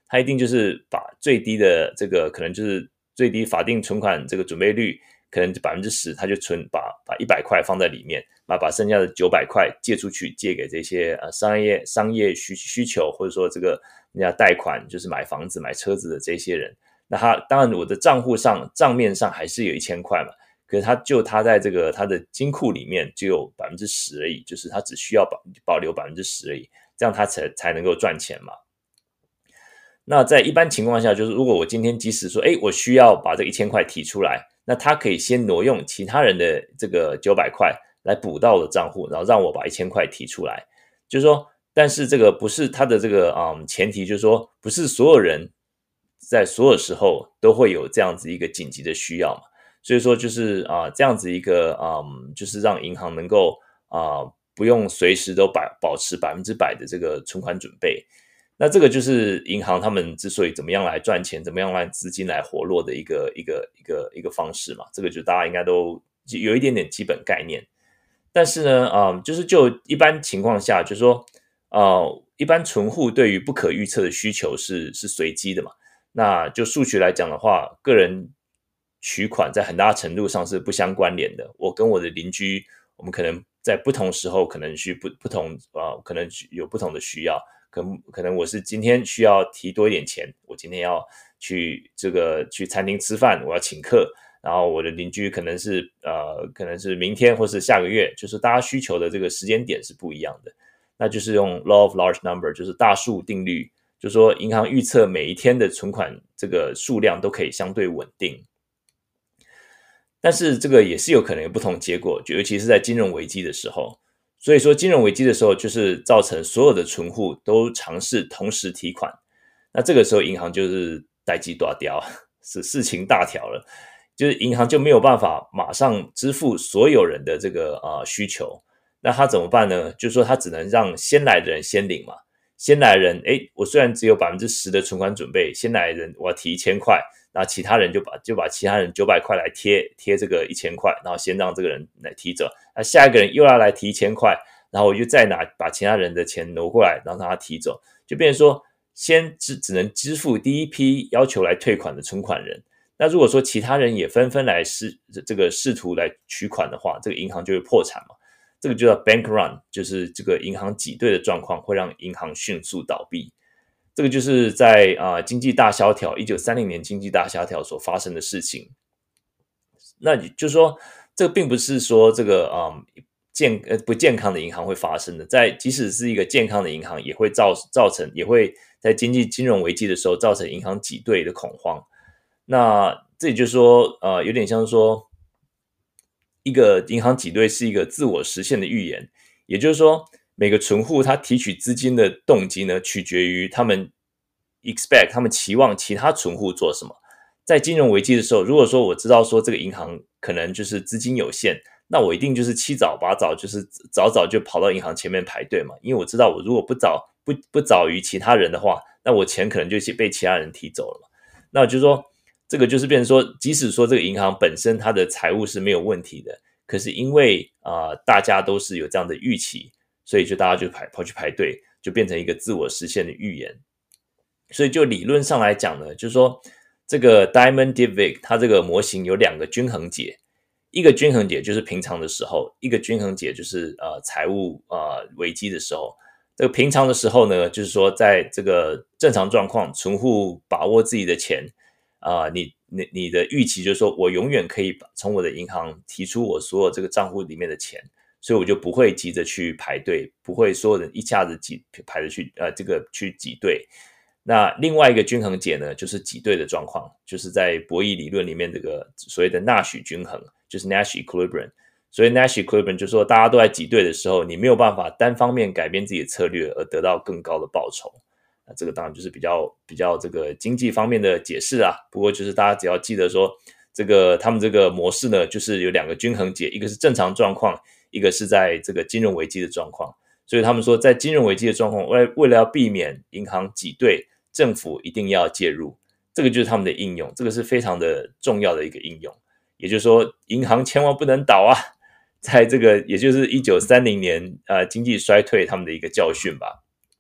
它一定就是把最低的这个可能就是最低法定存款这个准备率可能10%，它就把100块放在里面，把剩下的900块借出去，借给这些商业需求，或者说这个人家贷款就是买房子买车子的这些人。那他当然我的账面上还是有1000块嘛，可是他在这个他的金库里面只有10%而已，就是他只需要保留10%而已，这样他才能够赚钱嘛。那在一般情况下，就是如果我今天即使说，我需要把这1000块提出来，那他可以先挪用其他人的这个900块来补到我的账户，然后让我把1000块提出来。就是说，但是这个不是他的这个前提，就是说不是所有人在所有时候都会有这样子一个紧急的需要嘛。所以说就是这样子一个就是让银行能够不用随时都保持100%的这个存款准备。那这个就是银行他们之所以怎么样来赚钱，怎么样让资金来活络的一个方式嘛。这个就大家应该都有一点点基本概念。但是呢，就一般情况下，就是说，一般存户对于不可预测的需求是随机的嘛。那就数学来讲的话，个人取款在很大程度上是不相关联的。我跟我的邻居，我们可能在不同时候可能不同可能有不同的需要。可能我是今天需要提多一点钱，我今天要去餐厅吃饭，我要请客。然后我的邻居可能是明天或是下个月，就是大家需求的这个时间点是不一样的。那就是用 law of large number， 就是大数定律，就是说银行预测每一天的存款这个数量都可以相对稳定。但是这个也是有可能有不同结果，尤其是在金融危机的时候。所以说金融危机的时候，就是造成所有的存户都尝试同时提款，那这个时候银行就是代机大条，是事情大条了，就是银行就没有办法马上支付所有人的这个需求。那他怎么办呢？就是说他只能让先来的人先领嘛。先来的人，我虽然只有10%的存款准备，先来的人我要提1000块，然后其他人就把其他人900块来贴这个1000块，然后先让这个人来提走。那下一个人又要来提1000块，然后我就再把其他人的钱挪过来，让他提走，就变成说先只能支付第一批要求来退款的存款人。那如果说其他人也纷纷来试图来取款的话，这个银行就会破产嘛。这个就叫 bank run， 就是这个银行挤兑的状况会让银行迅速倒闭。这个就是在经济大萧条1930年经济大萧条所发生的事情。那就是说，这个并不是说这个不健康的银行会发生的，即使是一个健康的银行，也会造成也会在金融危机的时候造成银行挤兑的恐慌。那这也就是说，有点像说，一个银行挤兑是一个自我实现的预言，也就是说，每个存户他提取资金的动机呢，取决于他们期望其他存户做什么。在金融危机的时候，如果说我知道说这个银行可能就是资金有限，那我一定就是七早八早，就是早就跑到银行前面排队嘛，因为我知道我如果不早于其他人的话，那我钱可能就被其他人提走了嘛。那就是说，这个就是变成说，即使说这个银行本身它的财务是没有问题的，可是因为大家都是有这样的预期，所以就大家就跑去排队，就变成一个自我实现的预言。所以就理论上来讲呢，就是说这个 Diamond-Dybvig 它这个模型有2个均衡解，一个均衡解就是平常的时候，一个均衡解就是财务危机的时候。这个平常的时候呢，就是说在这个正常状况，存户把握自己的钱你的预期就是说我永远可以从我的银行提出我所有这个账户里面的钱，所以我就不会急着去排队，不会所有人一下子排着去挤兑。那另外一个均衡解呢，就是挤兑的状况，就是在博弈理论里面这个所谓的纳许均衡，就是 Nash equilibrium。所以 Nash equilibrium 就是说大家都在挤兑的时候，你没有办法单方面改变自己的策略而得到更高的报酬。那这个当然就是比较这个经济方面的解释啊。不过就是大家只要记得说，他们这个模式呢，就是有2个均衡解，一个是正常状况，一个是在这个金融危机的状况。所以他们说，在金融危机的状况，为了要避免银行挤兑，政府一定要介入。这个就是他们的应用，这个是非常的重要的一个应用。也就是说，银行千万不能倒啊！在这个也就是1930年经济衰退他们的一个教训吧。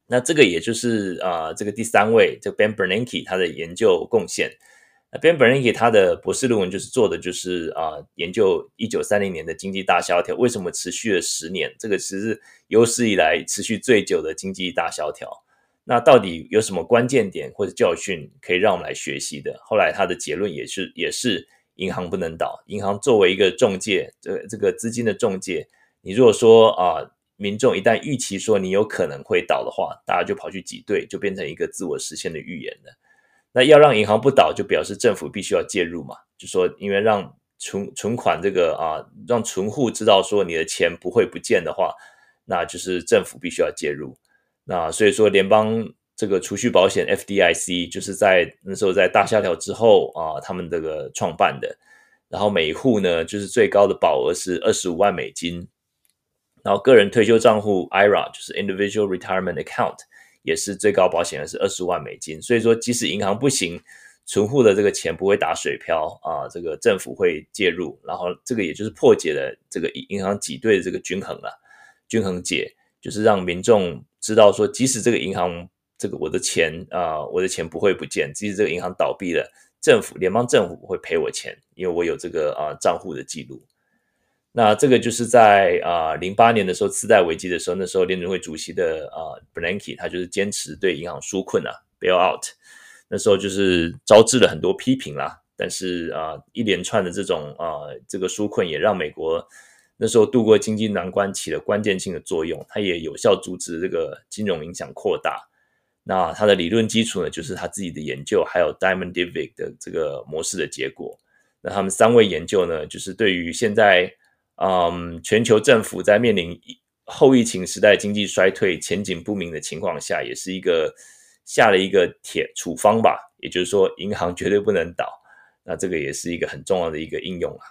那这个也就是这个第三位，这个 Ben Bernanke 他的研究贡献。那 Ben Bernanke 他的博士论文就是做的就是研究1930年的经济大萧条为什么持续了10年，这个其实是有史以来持续最久的经济大萧条。那到底有什么关键点或者教训可以让我们来学习的？后来他的结论也是银行不能倒，银行作为一个中介，这个资金的中介，你如果说民众一旦预期说你有可能会倒的话，大家就跑去挤兑，就变成一个自我实现的预言了。那要让银行不倒，就表示政府必须要介入嘛，就说因为让存款这个让存户知道说你的钱不会不见的话，那就是政府必须要介入。那所以说联邦这个储蓄保险 FDIC 就是在那时候在大萧条之后他们这个创办的，然后每一户呢就是最高的保额是25万美金，然后个人退休账户 IRA 就是 Individual Retirement Account 也是最高保险额是25万美金，所以说即使银行不行，存户的这个钱不会打水漂这个政府会介入，然后这个也就是破解了这个银行挤兑的这个均衡解，就是让民众知道说，即使这个银行这个我的钱不会不见，即使这个银行倒闭了，联邦政府会赔我钱，因为我有这个账户的记录。那这个就是在08年的时候次贷危机的时候，那时候联准会主席的Bernanke 他就是坚持对银行纾困bail out，那时候就是招致了很多批评啦。但是一连串的这种这个纾困也让美国那时候度过经济难关起了关键性的作用，它也有效阻止这个金融影响扩大。那它的理论基础呢，就是他自己的研究，还有 Diamond Divik 的这个模式的结果。那他们3位研究呢，就是对于现在全球政府在面临后疫情时代经济衰退、前景不明的情况下，也是下了一个处方吧，也就是说银行绝对不能倒。那这个也是一个很重要的一个应用啦。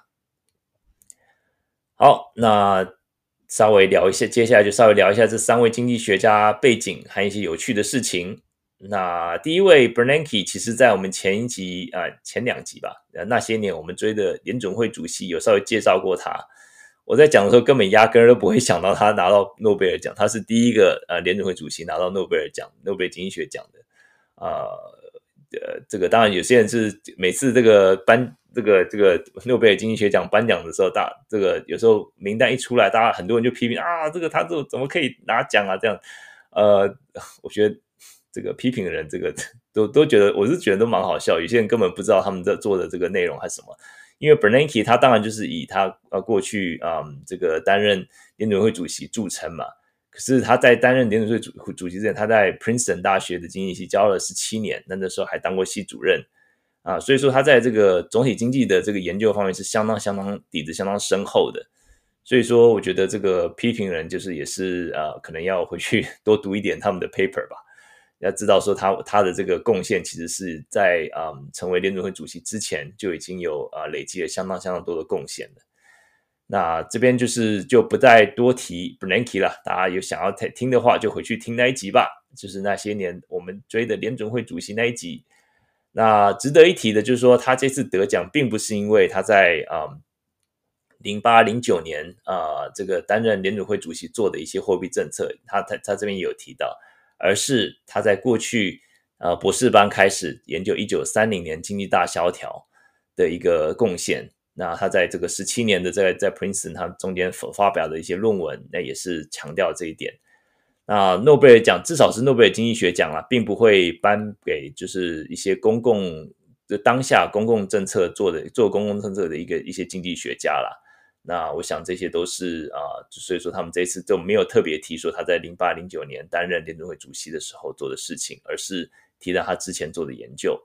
好，那接下来就稍微聊一下这3位经济学家背景和一些有趣的事情。那第一位 Bernanke 其实在我们前2集吧，那些年我们追的联准会主席有稍微介绍过他。我在讲的时候根本压根都不会想到他拿到诺贝尔奖，他是第一个联准会主席拿到诺贝尔奖，诺贝尔经济学奖的。这个当然有些人是每次这个诺贝尔经济学奖颁奖的时候，这个有时候名单一出来，大家很多人就批评这个他怎么可以拿奖啊这样。我觉得这个批评的人这个都觉得，我是觉得都蛮好笑，有些人根本不知道他们在做的这个内容还是什么。因为 Bernanke 他当然就是以他过去这个担任联准会主席著称嘛，可是他在担任联准会主席之前，他在 Princeton 大学的经济系教了17年，那时候还当过系主任所以说他在这个总体经济的这个研究方面是相当底子相当深厚的。所以说我觉得这个批评人就是也是可能要回去多读一点他们的 paper 吧，要知道说他的这个贡献其实是在成为联准会主席之前就已经有累积了相当多的贡献了。那这边就不再多提 Bernanke 了，大家有想要听的话就回去听那一集吧，就是那些年我们追的联准会主席那一集。那值得一提的就是说，他这次得奖并不是因为他在08、09年这个担任联准会主席做的一些货币政策，他这边也有提到，而是他在过去博士班开始研究1930年经济大萧条的一个贡献。那他在这个17年的在 Princeton 他中间发表的一些论文，那也是强调这一点。那诺贝尔奖至少是诺贝尔经济学奖并不会颁给就是一些当下公共政策做公共政策的一些经济学家啦。那我想这些都是所以说他们这一次就没有特别提说他在08、09年担任联准会主席的时候做的事情，而是提到他之前做的研究。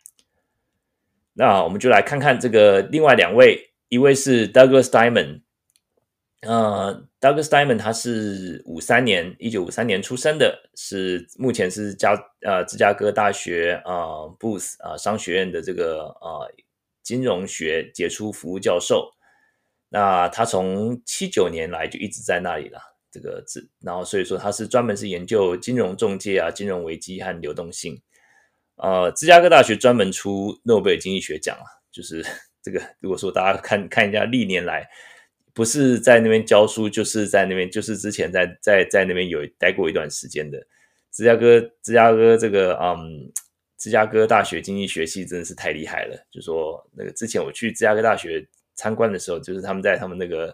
那我们就来看看这个另外2位，一位是 Douglas Diamond。Douglas Diamond 他是1953年出生的，目前是芝加哥大学Booth 商学院的这个金融学杰出服务教授。那他从79年来就一直在那里了，然后所以说他是专门是研究金融中介金融危机和流动性。芝加哥大学专门出诺贝尔经济学奖就是这个如果说大家看一下历年来，不是在那边教书，就是在那边就是之前在那边有待过一段时间的芝加哥这个芝加哥大学经济学系真的是太厉害了。就说那个之前我去芝加哥大学参观的时候，就是他们在他们那个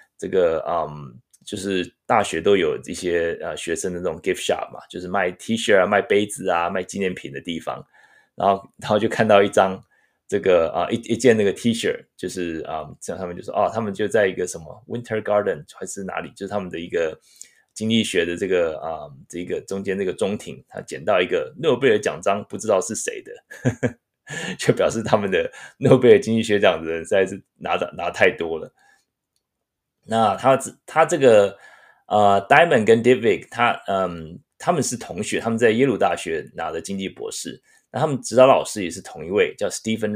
就是大学都有一些学生的那种 gift shop 嘛，就是卖 T 恤啊、卖杯子啊、卖纪念品的地方。然后就看到一张这个一件那个 T 恤，就是这样他们就说他们就在一个什么 Winter Garden 还是哪里，就是他们的一个经济学的这个中间那个中庭，他捡到一个诺贝尔奖章，不知道是谁的，就表示他们的诺贝尔经济学奖的人实在是拿太多了。那他这个Diamond 跟 Dybvig 他们是同学，他们在耶鲁大学拿的经济博士。那他们指导老师也是同一位，叫 Stephen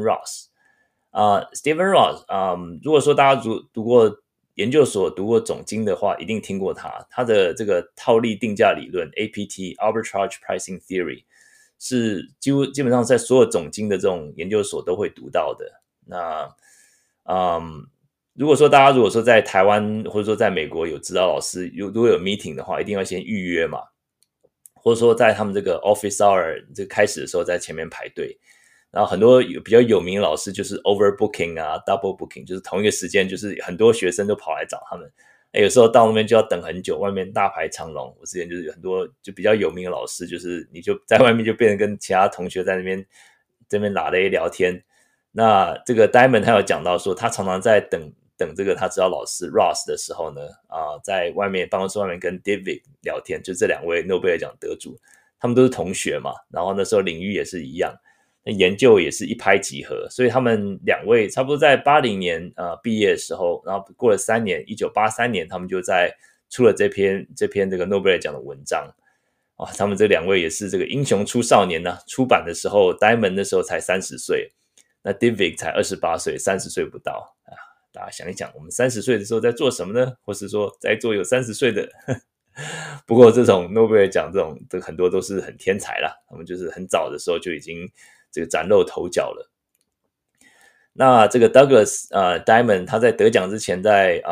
Ross。Stephen Ross，如果说大家读过研究所、读过总经的话，一定听过他。他的这个套利定价理论 （APT Arbitrage Pricing Theory） 是基本上在所有总经的这种研究所都会读到的。那如果说在台湾或者说在美国有指导老师，如果有 meeting 的话，一定要先预约嘛。或者说在他们这个 office hour 这个开始的时候在前面排队，然后很多比较有名的老师就是 overbooking 啊 double booking， 就是同一个时间就是很多学生都跑来找他们，有时候到那边就要等很久，外面大排长龙。我之前就是很多就比较有名的老师，就是你就在外面就变成跟其他同学在那边拉嘞聊天。那这个 Diamond 他有讲到说，他常常在等这个他指导老师 Ross 的时候呢，在外面办公室外面跟 Dybvig 聊天，就这两位诺贝尔奖得主，他们都是同学嘛，然后那时候领域也是一样，研究也是一拍即合，所以他们两位差不多在80年毕业的时候，然后过了3年，1983年他们就出了这篇这个诺贝尔奖的文章。他们这两位也是这个英雄出少年啊，出版的时候 Diamond 那时候才30岁，那 Dybvig 才28岁，30岁不到。大家想一想，我们30岁的时候在做什么呢？或是说在做有30岁的不过这种诺贝尔奖这种很多都是很天才啦，他们就是很早的时候就已经这个崭露头角了。那这个 Douglas Diamond 他在得奖之前，在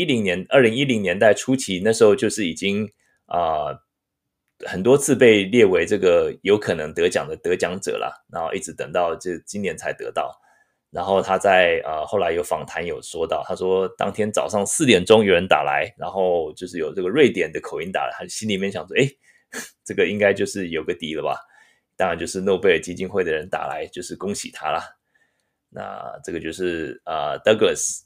2010年代初期，那时候就是已经很多次被列为这个有可能得奖的得奖者啦，然后一直等到今年才得到。然后他在后来有访谈有说到，他说当天早上4点钟有人打来，然后就是有这个瑞典的口音打来，他心里面想说，这个应该就是有个底了吧？当然就是诺贝尔基金会的人打来，就是恭喜他啦。那这个就是Douglas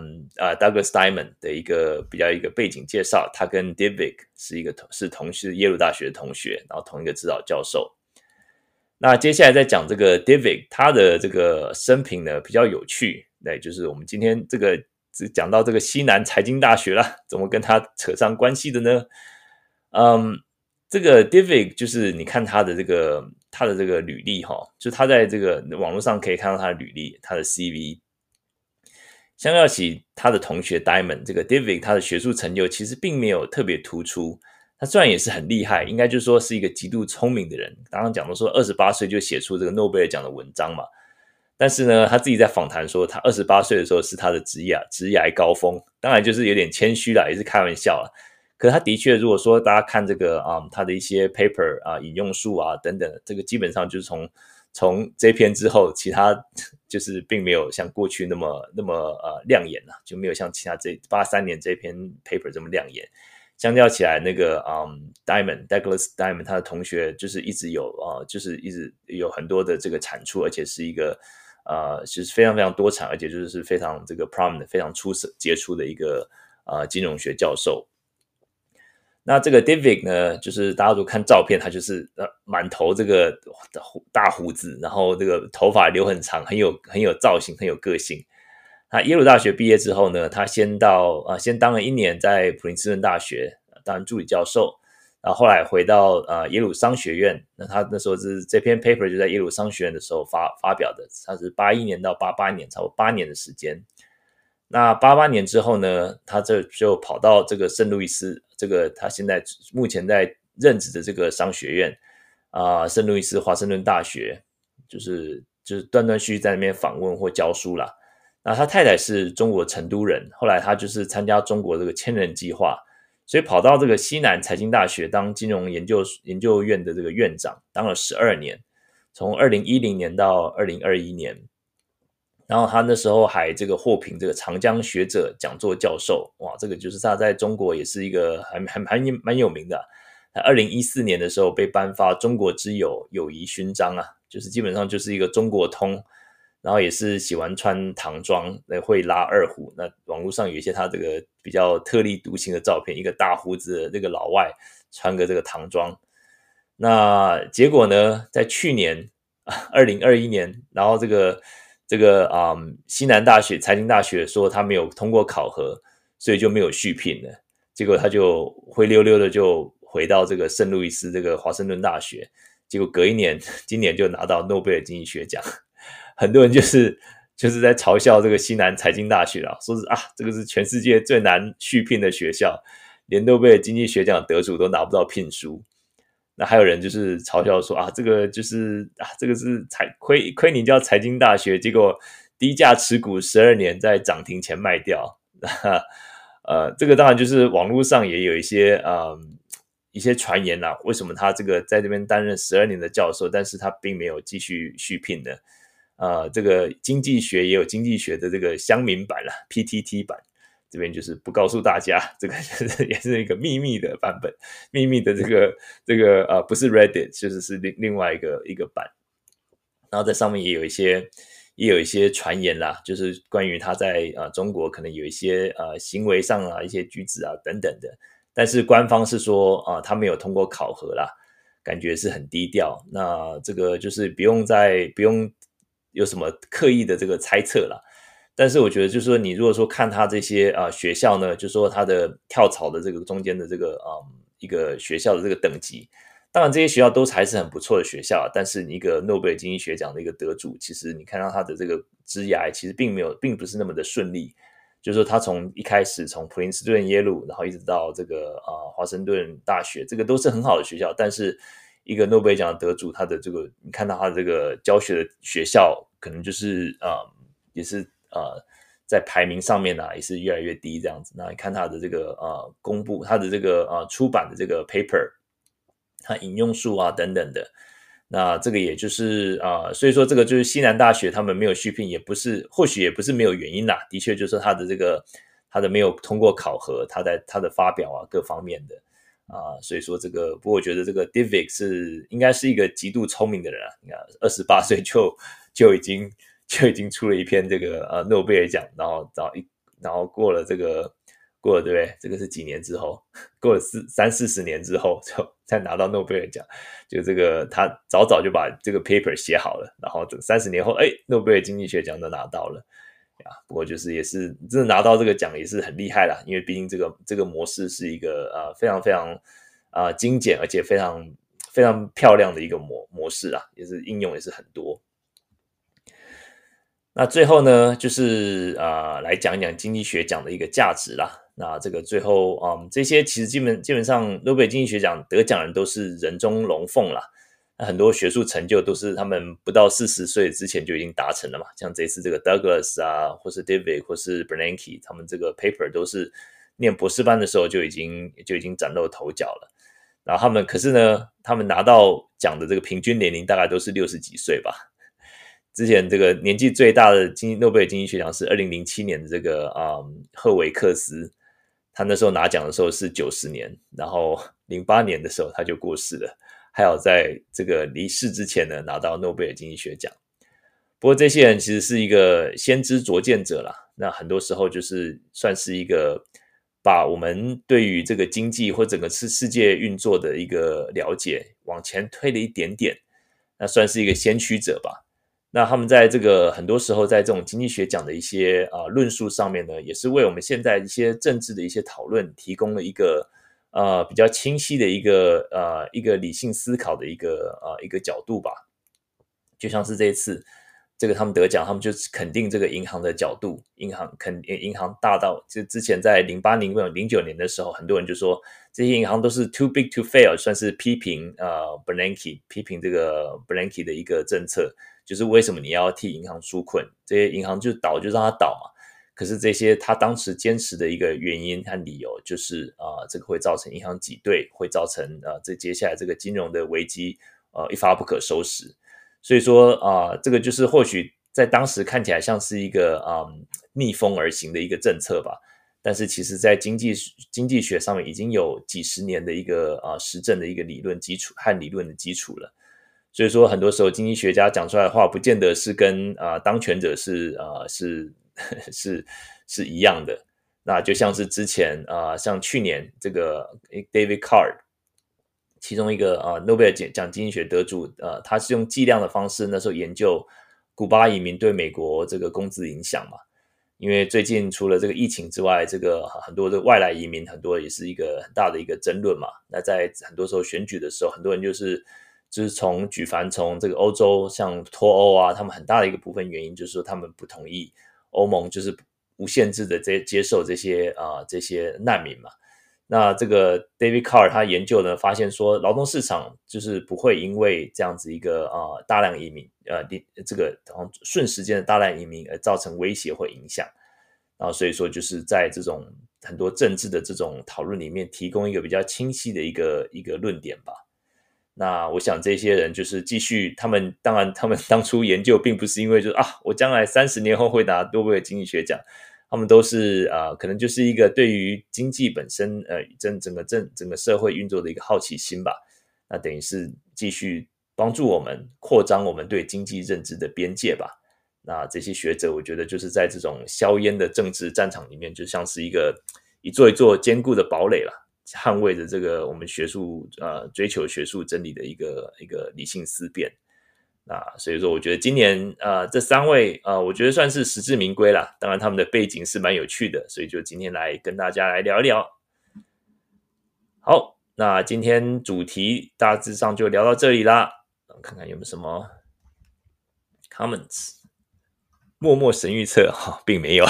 Diamond 的一个背景介绍，他跟 Dybvig 是耶鲁大学的同学，然后同一个指导教授。那接下来再讲这个 Dybvig， 他的这个生平呢比较有趣，对，就是我们今天只讲到这个西南财经大学啦，怎么跟他扯上关系的呢？这个 Dybvig 就是你看他的这个履历就他在这个网络上可以看到他的履历，他的 CV。相较起他的同学 Diamond， 这个 Dybvig 他的学术成就其实并没有特别突出。他虽然也是很厉害，应该就是说是一个极度聪明的人。刚刚讲到说28岁就写出这个诺贝尔奖的文章嘛，但是呢，他自己在访谈说，他28岁的时候是他的职涯高峰，当然就是有点谦虚啦，也是开玩笑啦。可是他的确，如果说大家看这个他的一些 paper 引用数等等，这个基本上就是从这篇之后，其他就是并没有像过去那么亮眼啦，就没有像其他83年这篇 paper 这么亮眼。相较起来，那个Douglas Diamond 他的同学就是一直有很多的这个产出，而且是一个就是非常非常多产，而且就是非常这个 prominent 非常杰出的一个金融学教授。那这个 Dybvig 呢，就是大家如果看照片，他就是满头这个大胡子，然后这个头发留很长，很有造型，很有个性。他耶鲁大学毕业之后呢，他先当了1年在普林斯顿大学当助理教授，然后后来回到耶鲁商学院。那他那时候是这篇 paper 就在耶鲁商学院的时候发表的，他是81年到88年，差不多8年的时间。那88年之后呢，他就跑到这个圣路易斯，这个他目前在任职的这个商学院圣路易斯华盛顿大学，就是断断续续在那边访问或教书啦。那他太太是中国成都人，后来他就是参加中国这个千人计划， 所以跑到这个西南财经大学当金融研究院的这个院长，当了12年，从2010年到2021年。然后他那时候还这个获评这个长江学者讲座教授，哇，这个就是他在中国也是一个还蛮有名的啊。他2014年的时候被颁发中国之友谊勋章啊，就是基本上就是一个中国通，然后也是喜欢穿唐装，会拉二胡。那网络上有一些他这个比较特立独行的照片，一个大胡子的这个老外穿个这个唐装。那结果呢，在去年2021年，然后西南大学财经大学说他没有通过考核，所以就没有续聘了。结果他就灰溜溜的就回到这个圣路易斯这个华盛顿大学，结果隔一年，今年就拿到诺贝尔经济学奖。很多人就是在嘲笑这个西南财经大学啊，说是这个是全世界最难续聘的学校，连诺贝尔经济学奖得主都拿不到聘书。那还有人就是嘲笑说这个就是这个是亏你叫财经大学，结果低价持股12年，在涨停前卖掉。这个当然就是网络上也有一些传言啦，为什么他这个在这边担任12年的教授，但是他并没有继续续聘呢？这个经济学也有经济学的这个乡民版啦 ，PTT 版。这边就是不告诉大家，这个就是也是一个秘密的版本，秘密的这个不是 Reddit， 就是另外一个版。然后在上面也有一些传言啦，就是关于他在中国可能有一些行为上一些举止等等的，但是官方是说他没有通过考核啦，感觉是很低调。那这个就是不用有什么刻意的这个猜测啦。但是我觉得就是说，你如果说看他这些学校呢，就是说他的跳槽的这个中间的这个一个学校的这个等级，当然这些学校都还是很不错的学校，但是你一个诺贝尔经济学奖的一个得主，其实你看到他的这个职涯其实并不是那么的顺利。就是说他从一开始从普林斯顿、耶鲁，然后一直到这个华盛顿大学，这个都是很好的学校，但是一个诺贝尔奖的得主，他的这个你看到他的这个教学的学校，可能就是也是在排名上面也是越来越低这样子。那你看他的这个公布他的这个出版的这个 paper， 他引用数等等的，那这个也就是所以说这个就是西南大学他们没有续聘，或许也不是没有原因啦，的确就是他的没有通过考核，他的发表各方面的所以说这个，不过我觉得这个 Dweck 应该是一个极度聪明的人你看28岁就已经出了一篇这个诺贝尔奖，然后过了对不对？这个是几年之后，过了30-40年之后，就才拿到诺贝尔奖。就这个他早就把这个 paper 写好了，然后等30年后，诺贝尔经济学奖都拿到了。不过就是也是真的拿到这个奖也是很厉害啦，因为毕竟这个模式是一个非常非常精简而且非常非常漂亮的一个模式也是应用也是很多。那最后呢，就是来讲一讲经济学奖的一个价值啦。那这个最后这些其实基本上诺贝尔经济学奖得奖人都是人中龙凤啦。那很多学术成就都是他们不到40岁之前就已经达成了嘛。像这次这个 Douglas 或是 Dweck 或是 Bernanke， 他们这个 paper 都是念博士班的时候就已经崭露头角了。然后可是呢，他们拿到奖的这个平均年龄大概都是60几岁吧。之前这个年纪最大的诺贝尔经济学奖是2007年的这个赫维克斯，他那时候拿奖的时候是90年，然后08年的时候他就过世了，还有在这个离世之前呢拿到诺贝尔经济学奖。不过这些人其实是一个先知灼见者啦，那很多时候就是算是一个把我们对于这个经济或整个世界运作的一个了解往前推了一点点，那算是一个先驱者吧。那他们在这个很多时候在这种经济学奖的一些论述上面呢，也是为我们现在一些政治的一些讨论提供了一个比较清晰的一个理性思考的一个角度吧。就像是这一次这个他们得奖，他们就肯定这个银行的角度，银行大到就之前在08、09年的时候，很多人就说这些银行都是 too big to fail， 算是批评Bernanke， 批评这个 Bernanke 的一个政策。就是为什么你要替银行纾困，这些银行就倒就让它倒嘛。 可是这些他当时坚持的一个原因和理由就是这个会造成银行挤兑，会造成这接下来这个金融的危机一发不可收拾。所以说这个就是或许在当时看起来像是一个逆风而行的一个政策吧，但是其实在经济学上面已经有几十年的一个实证的一个理论基础和理论的基础了。所以说很多时候经济学家讲出来的话不见得是跟当权者是一样的。那就像是之前像去年这个 David Card 其中一个诺贝尔奖经济学得主他是用计量的方式那时候研究古巴移民对美国这个工资影响嘛。因为最近除了这个疫情之外，这个很多的外来移民很多也是一个很大的一个争论嘛。那在很多时候选举的时候，很多人就是从这个欧洲像脱欧啊，他们很大的一个部分原因就是说他们不同意欧盟就是无限制的接受这些难民嘛。那这个 David Carr 他研究呢发现说，劳动市场就是不会因为这样子一个大量移民这个瞬时间的大量移民而造成威胁或影响。然后所以说就是在这种很多政治的这种讨论里面提供一个比较清晰的一个论点吧。那我想这些人就是继续当然他们当初研究并不是因为就是我将来30年后会拿诺贝尔经济学奖，他们都是可能就是一个对于经济本身整个社会运作的一个好奇心吧。那等于是继续帮助我们扩张我们对经济认知的边界吧。那这些学者我觉得就是在这种硝烟的政治战场里面，就像是一座一座坚固的堡垒啦，捍卫着这个我们追求学术真理的一个理性思辨。那所以说我觉得今年这3位我觉得算是实至名归啦。当然他们的背景是蛮有趣的，所以就今天来跟大家来聊一聊。好，那今天主题大致上就聊到这里啦。看看有没有什么 comments。 默默神预测并没有。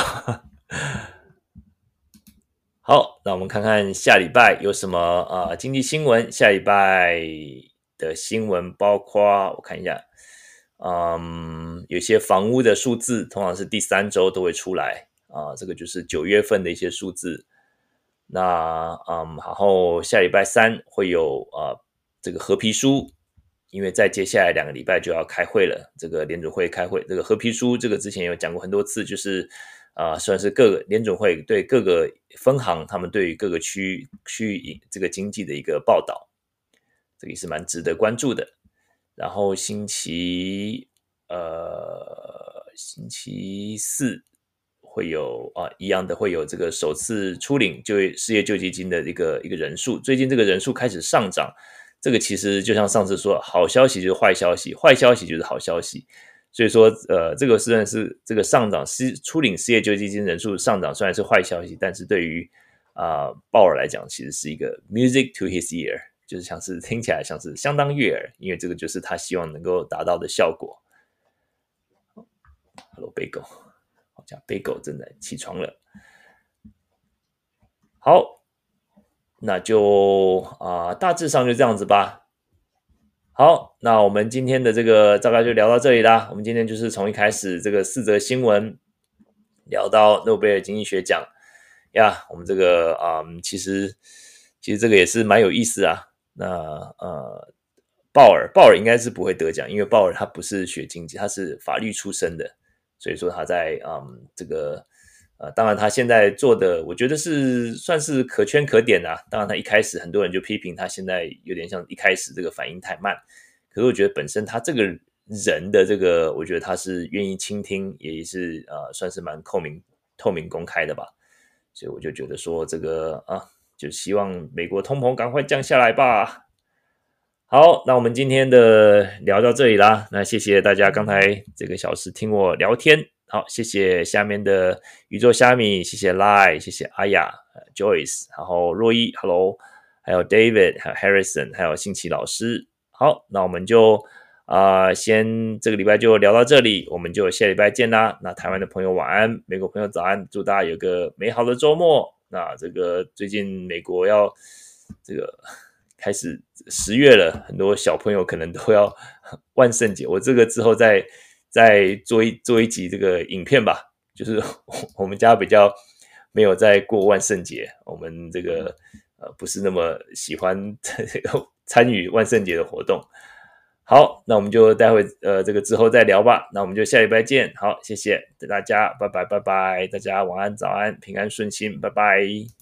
好，那我们看看下礼拜有什么经济新闻。下礼拜的新闻包括我看一下，有些房屋的数字通常是第3周都会出来这个就是9月份的一些数字。那然后下礼拜3会有这个合皮书，因为在接下来2个礼拜就要开会了，这个联准会开会，这个合皮书这个之前有讲过很多次，就是算是各个联准会对各个分行他们对于各个区域这个经济的一个报道，这个也是蛮值得关注的。然后星期4会有一样的会有这个首次初领失业救济金的一个人数，最近这个人数开始上涨。这个其实就像上次说，好消息就是坏消息，坏消息就是好消息。所以说这个虽然是这个上涨初领失业救济金人数上涨虽然是坏消息，但是对于鲍尔来讲其实是一个 music to his ear， 就是像是听起来像是相当悦耳，因为这个就是他希望能够达到的效果。Hello Bagel， 好像 Bagel 正在起床了。好，那就大致上就这样子吧。好，那我们今天的这个大概就聊到这里啦。我们今天就是从一开始这个4则新闻聊到诺贝尔经济学奖呀，我们这个其实这个也是蛮有意思啊。那鲍尔应该是不会得奖，因为鲍尔他不是学经济，他是法律出身的，所以说他在这个当然他现在做的我觉得算是可圈可点啊。当然他一开始很多人就批评他现在有点像一开始这个反应太慢，可是我觉得本身他这个人的这个我觉得他是愿意倾听，也是算是蛮透明公开的吧。所以我就觉得说这个就希望美国通膨赶快降下来吧。好，那我们今天的聊到这里啦，那谢谢大家刚才这个小时听我聊天。好，谢谢下面的宇宙虾米，谢谢 Lai， 谢谢阿雅 Joyce， 然后若一 Hello， 还有 David， 还有 Harrison， 还有信奇老师。好，那我们就先这个礼拜就聊到这里，我们就下礼拜见啦。那台湾的朋友晚安，美国朋友早安，祝大家有个美好的周末。那这个最近美国要这个开始10月了，很多小朋友可能都要万圣节，我这个之后再做一集这个影片吧， 就是我们家比较没有在过万圣节，我们这个不是那么喜欢参与万圣节的活动。好，那我们就待会这个之后再聊吧。那我们就下礼拜见。好，谢谢大家，拜拜拜拜，大家晚安早安，平安顺心，拜拜。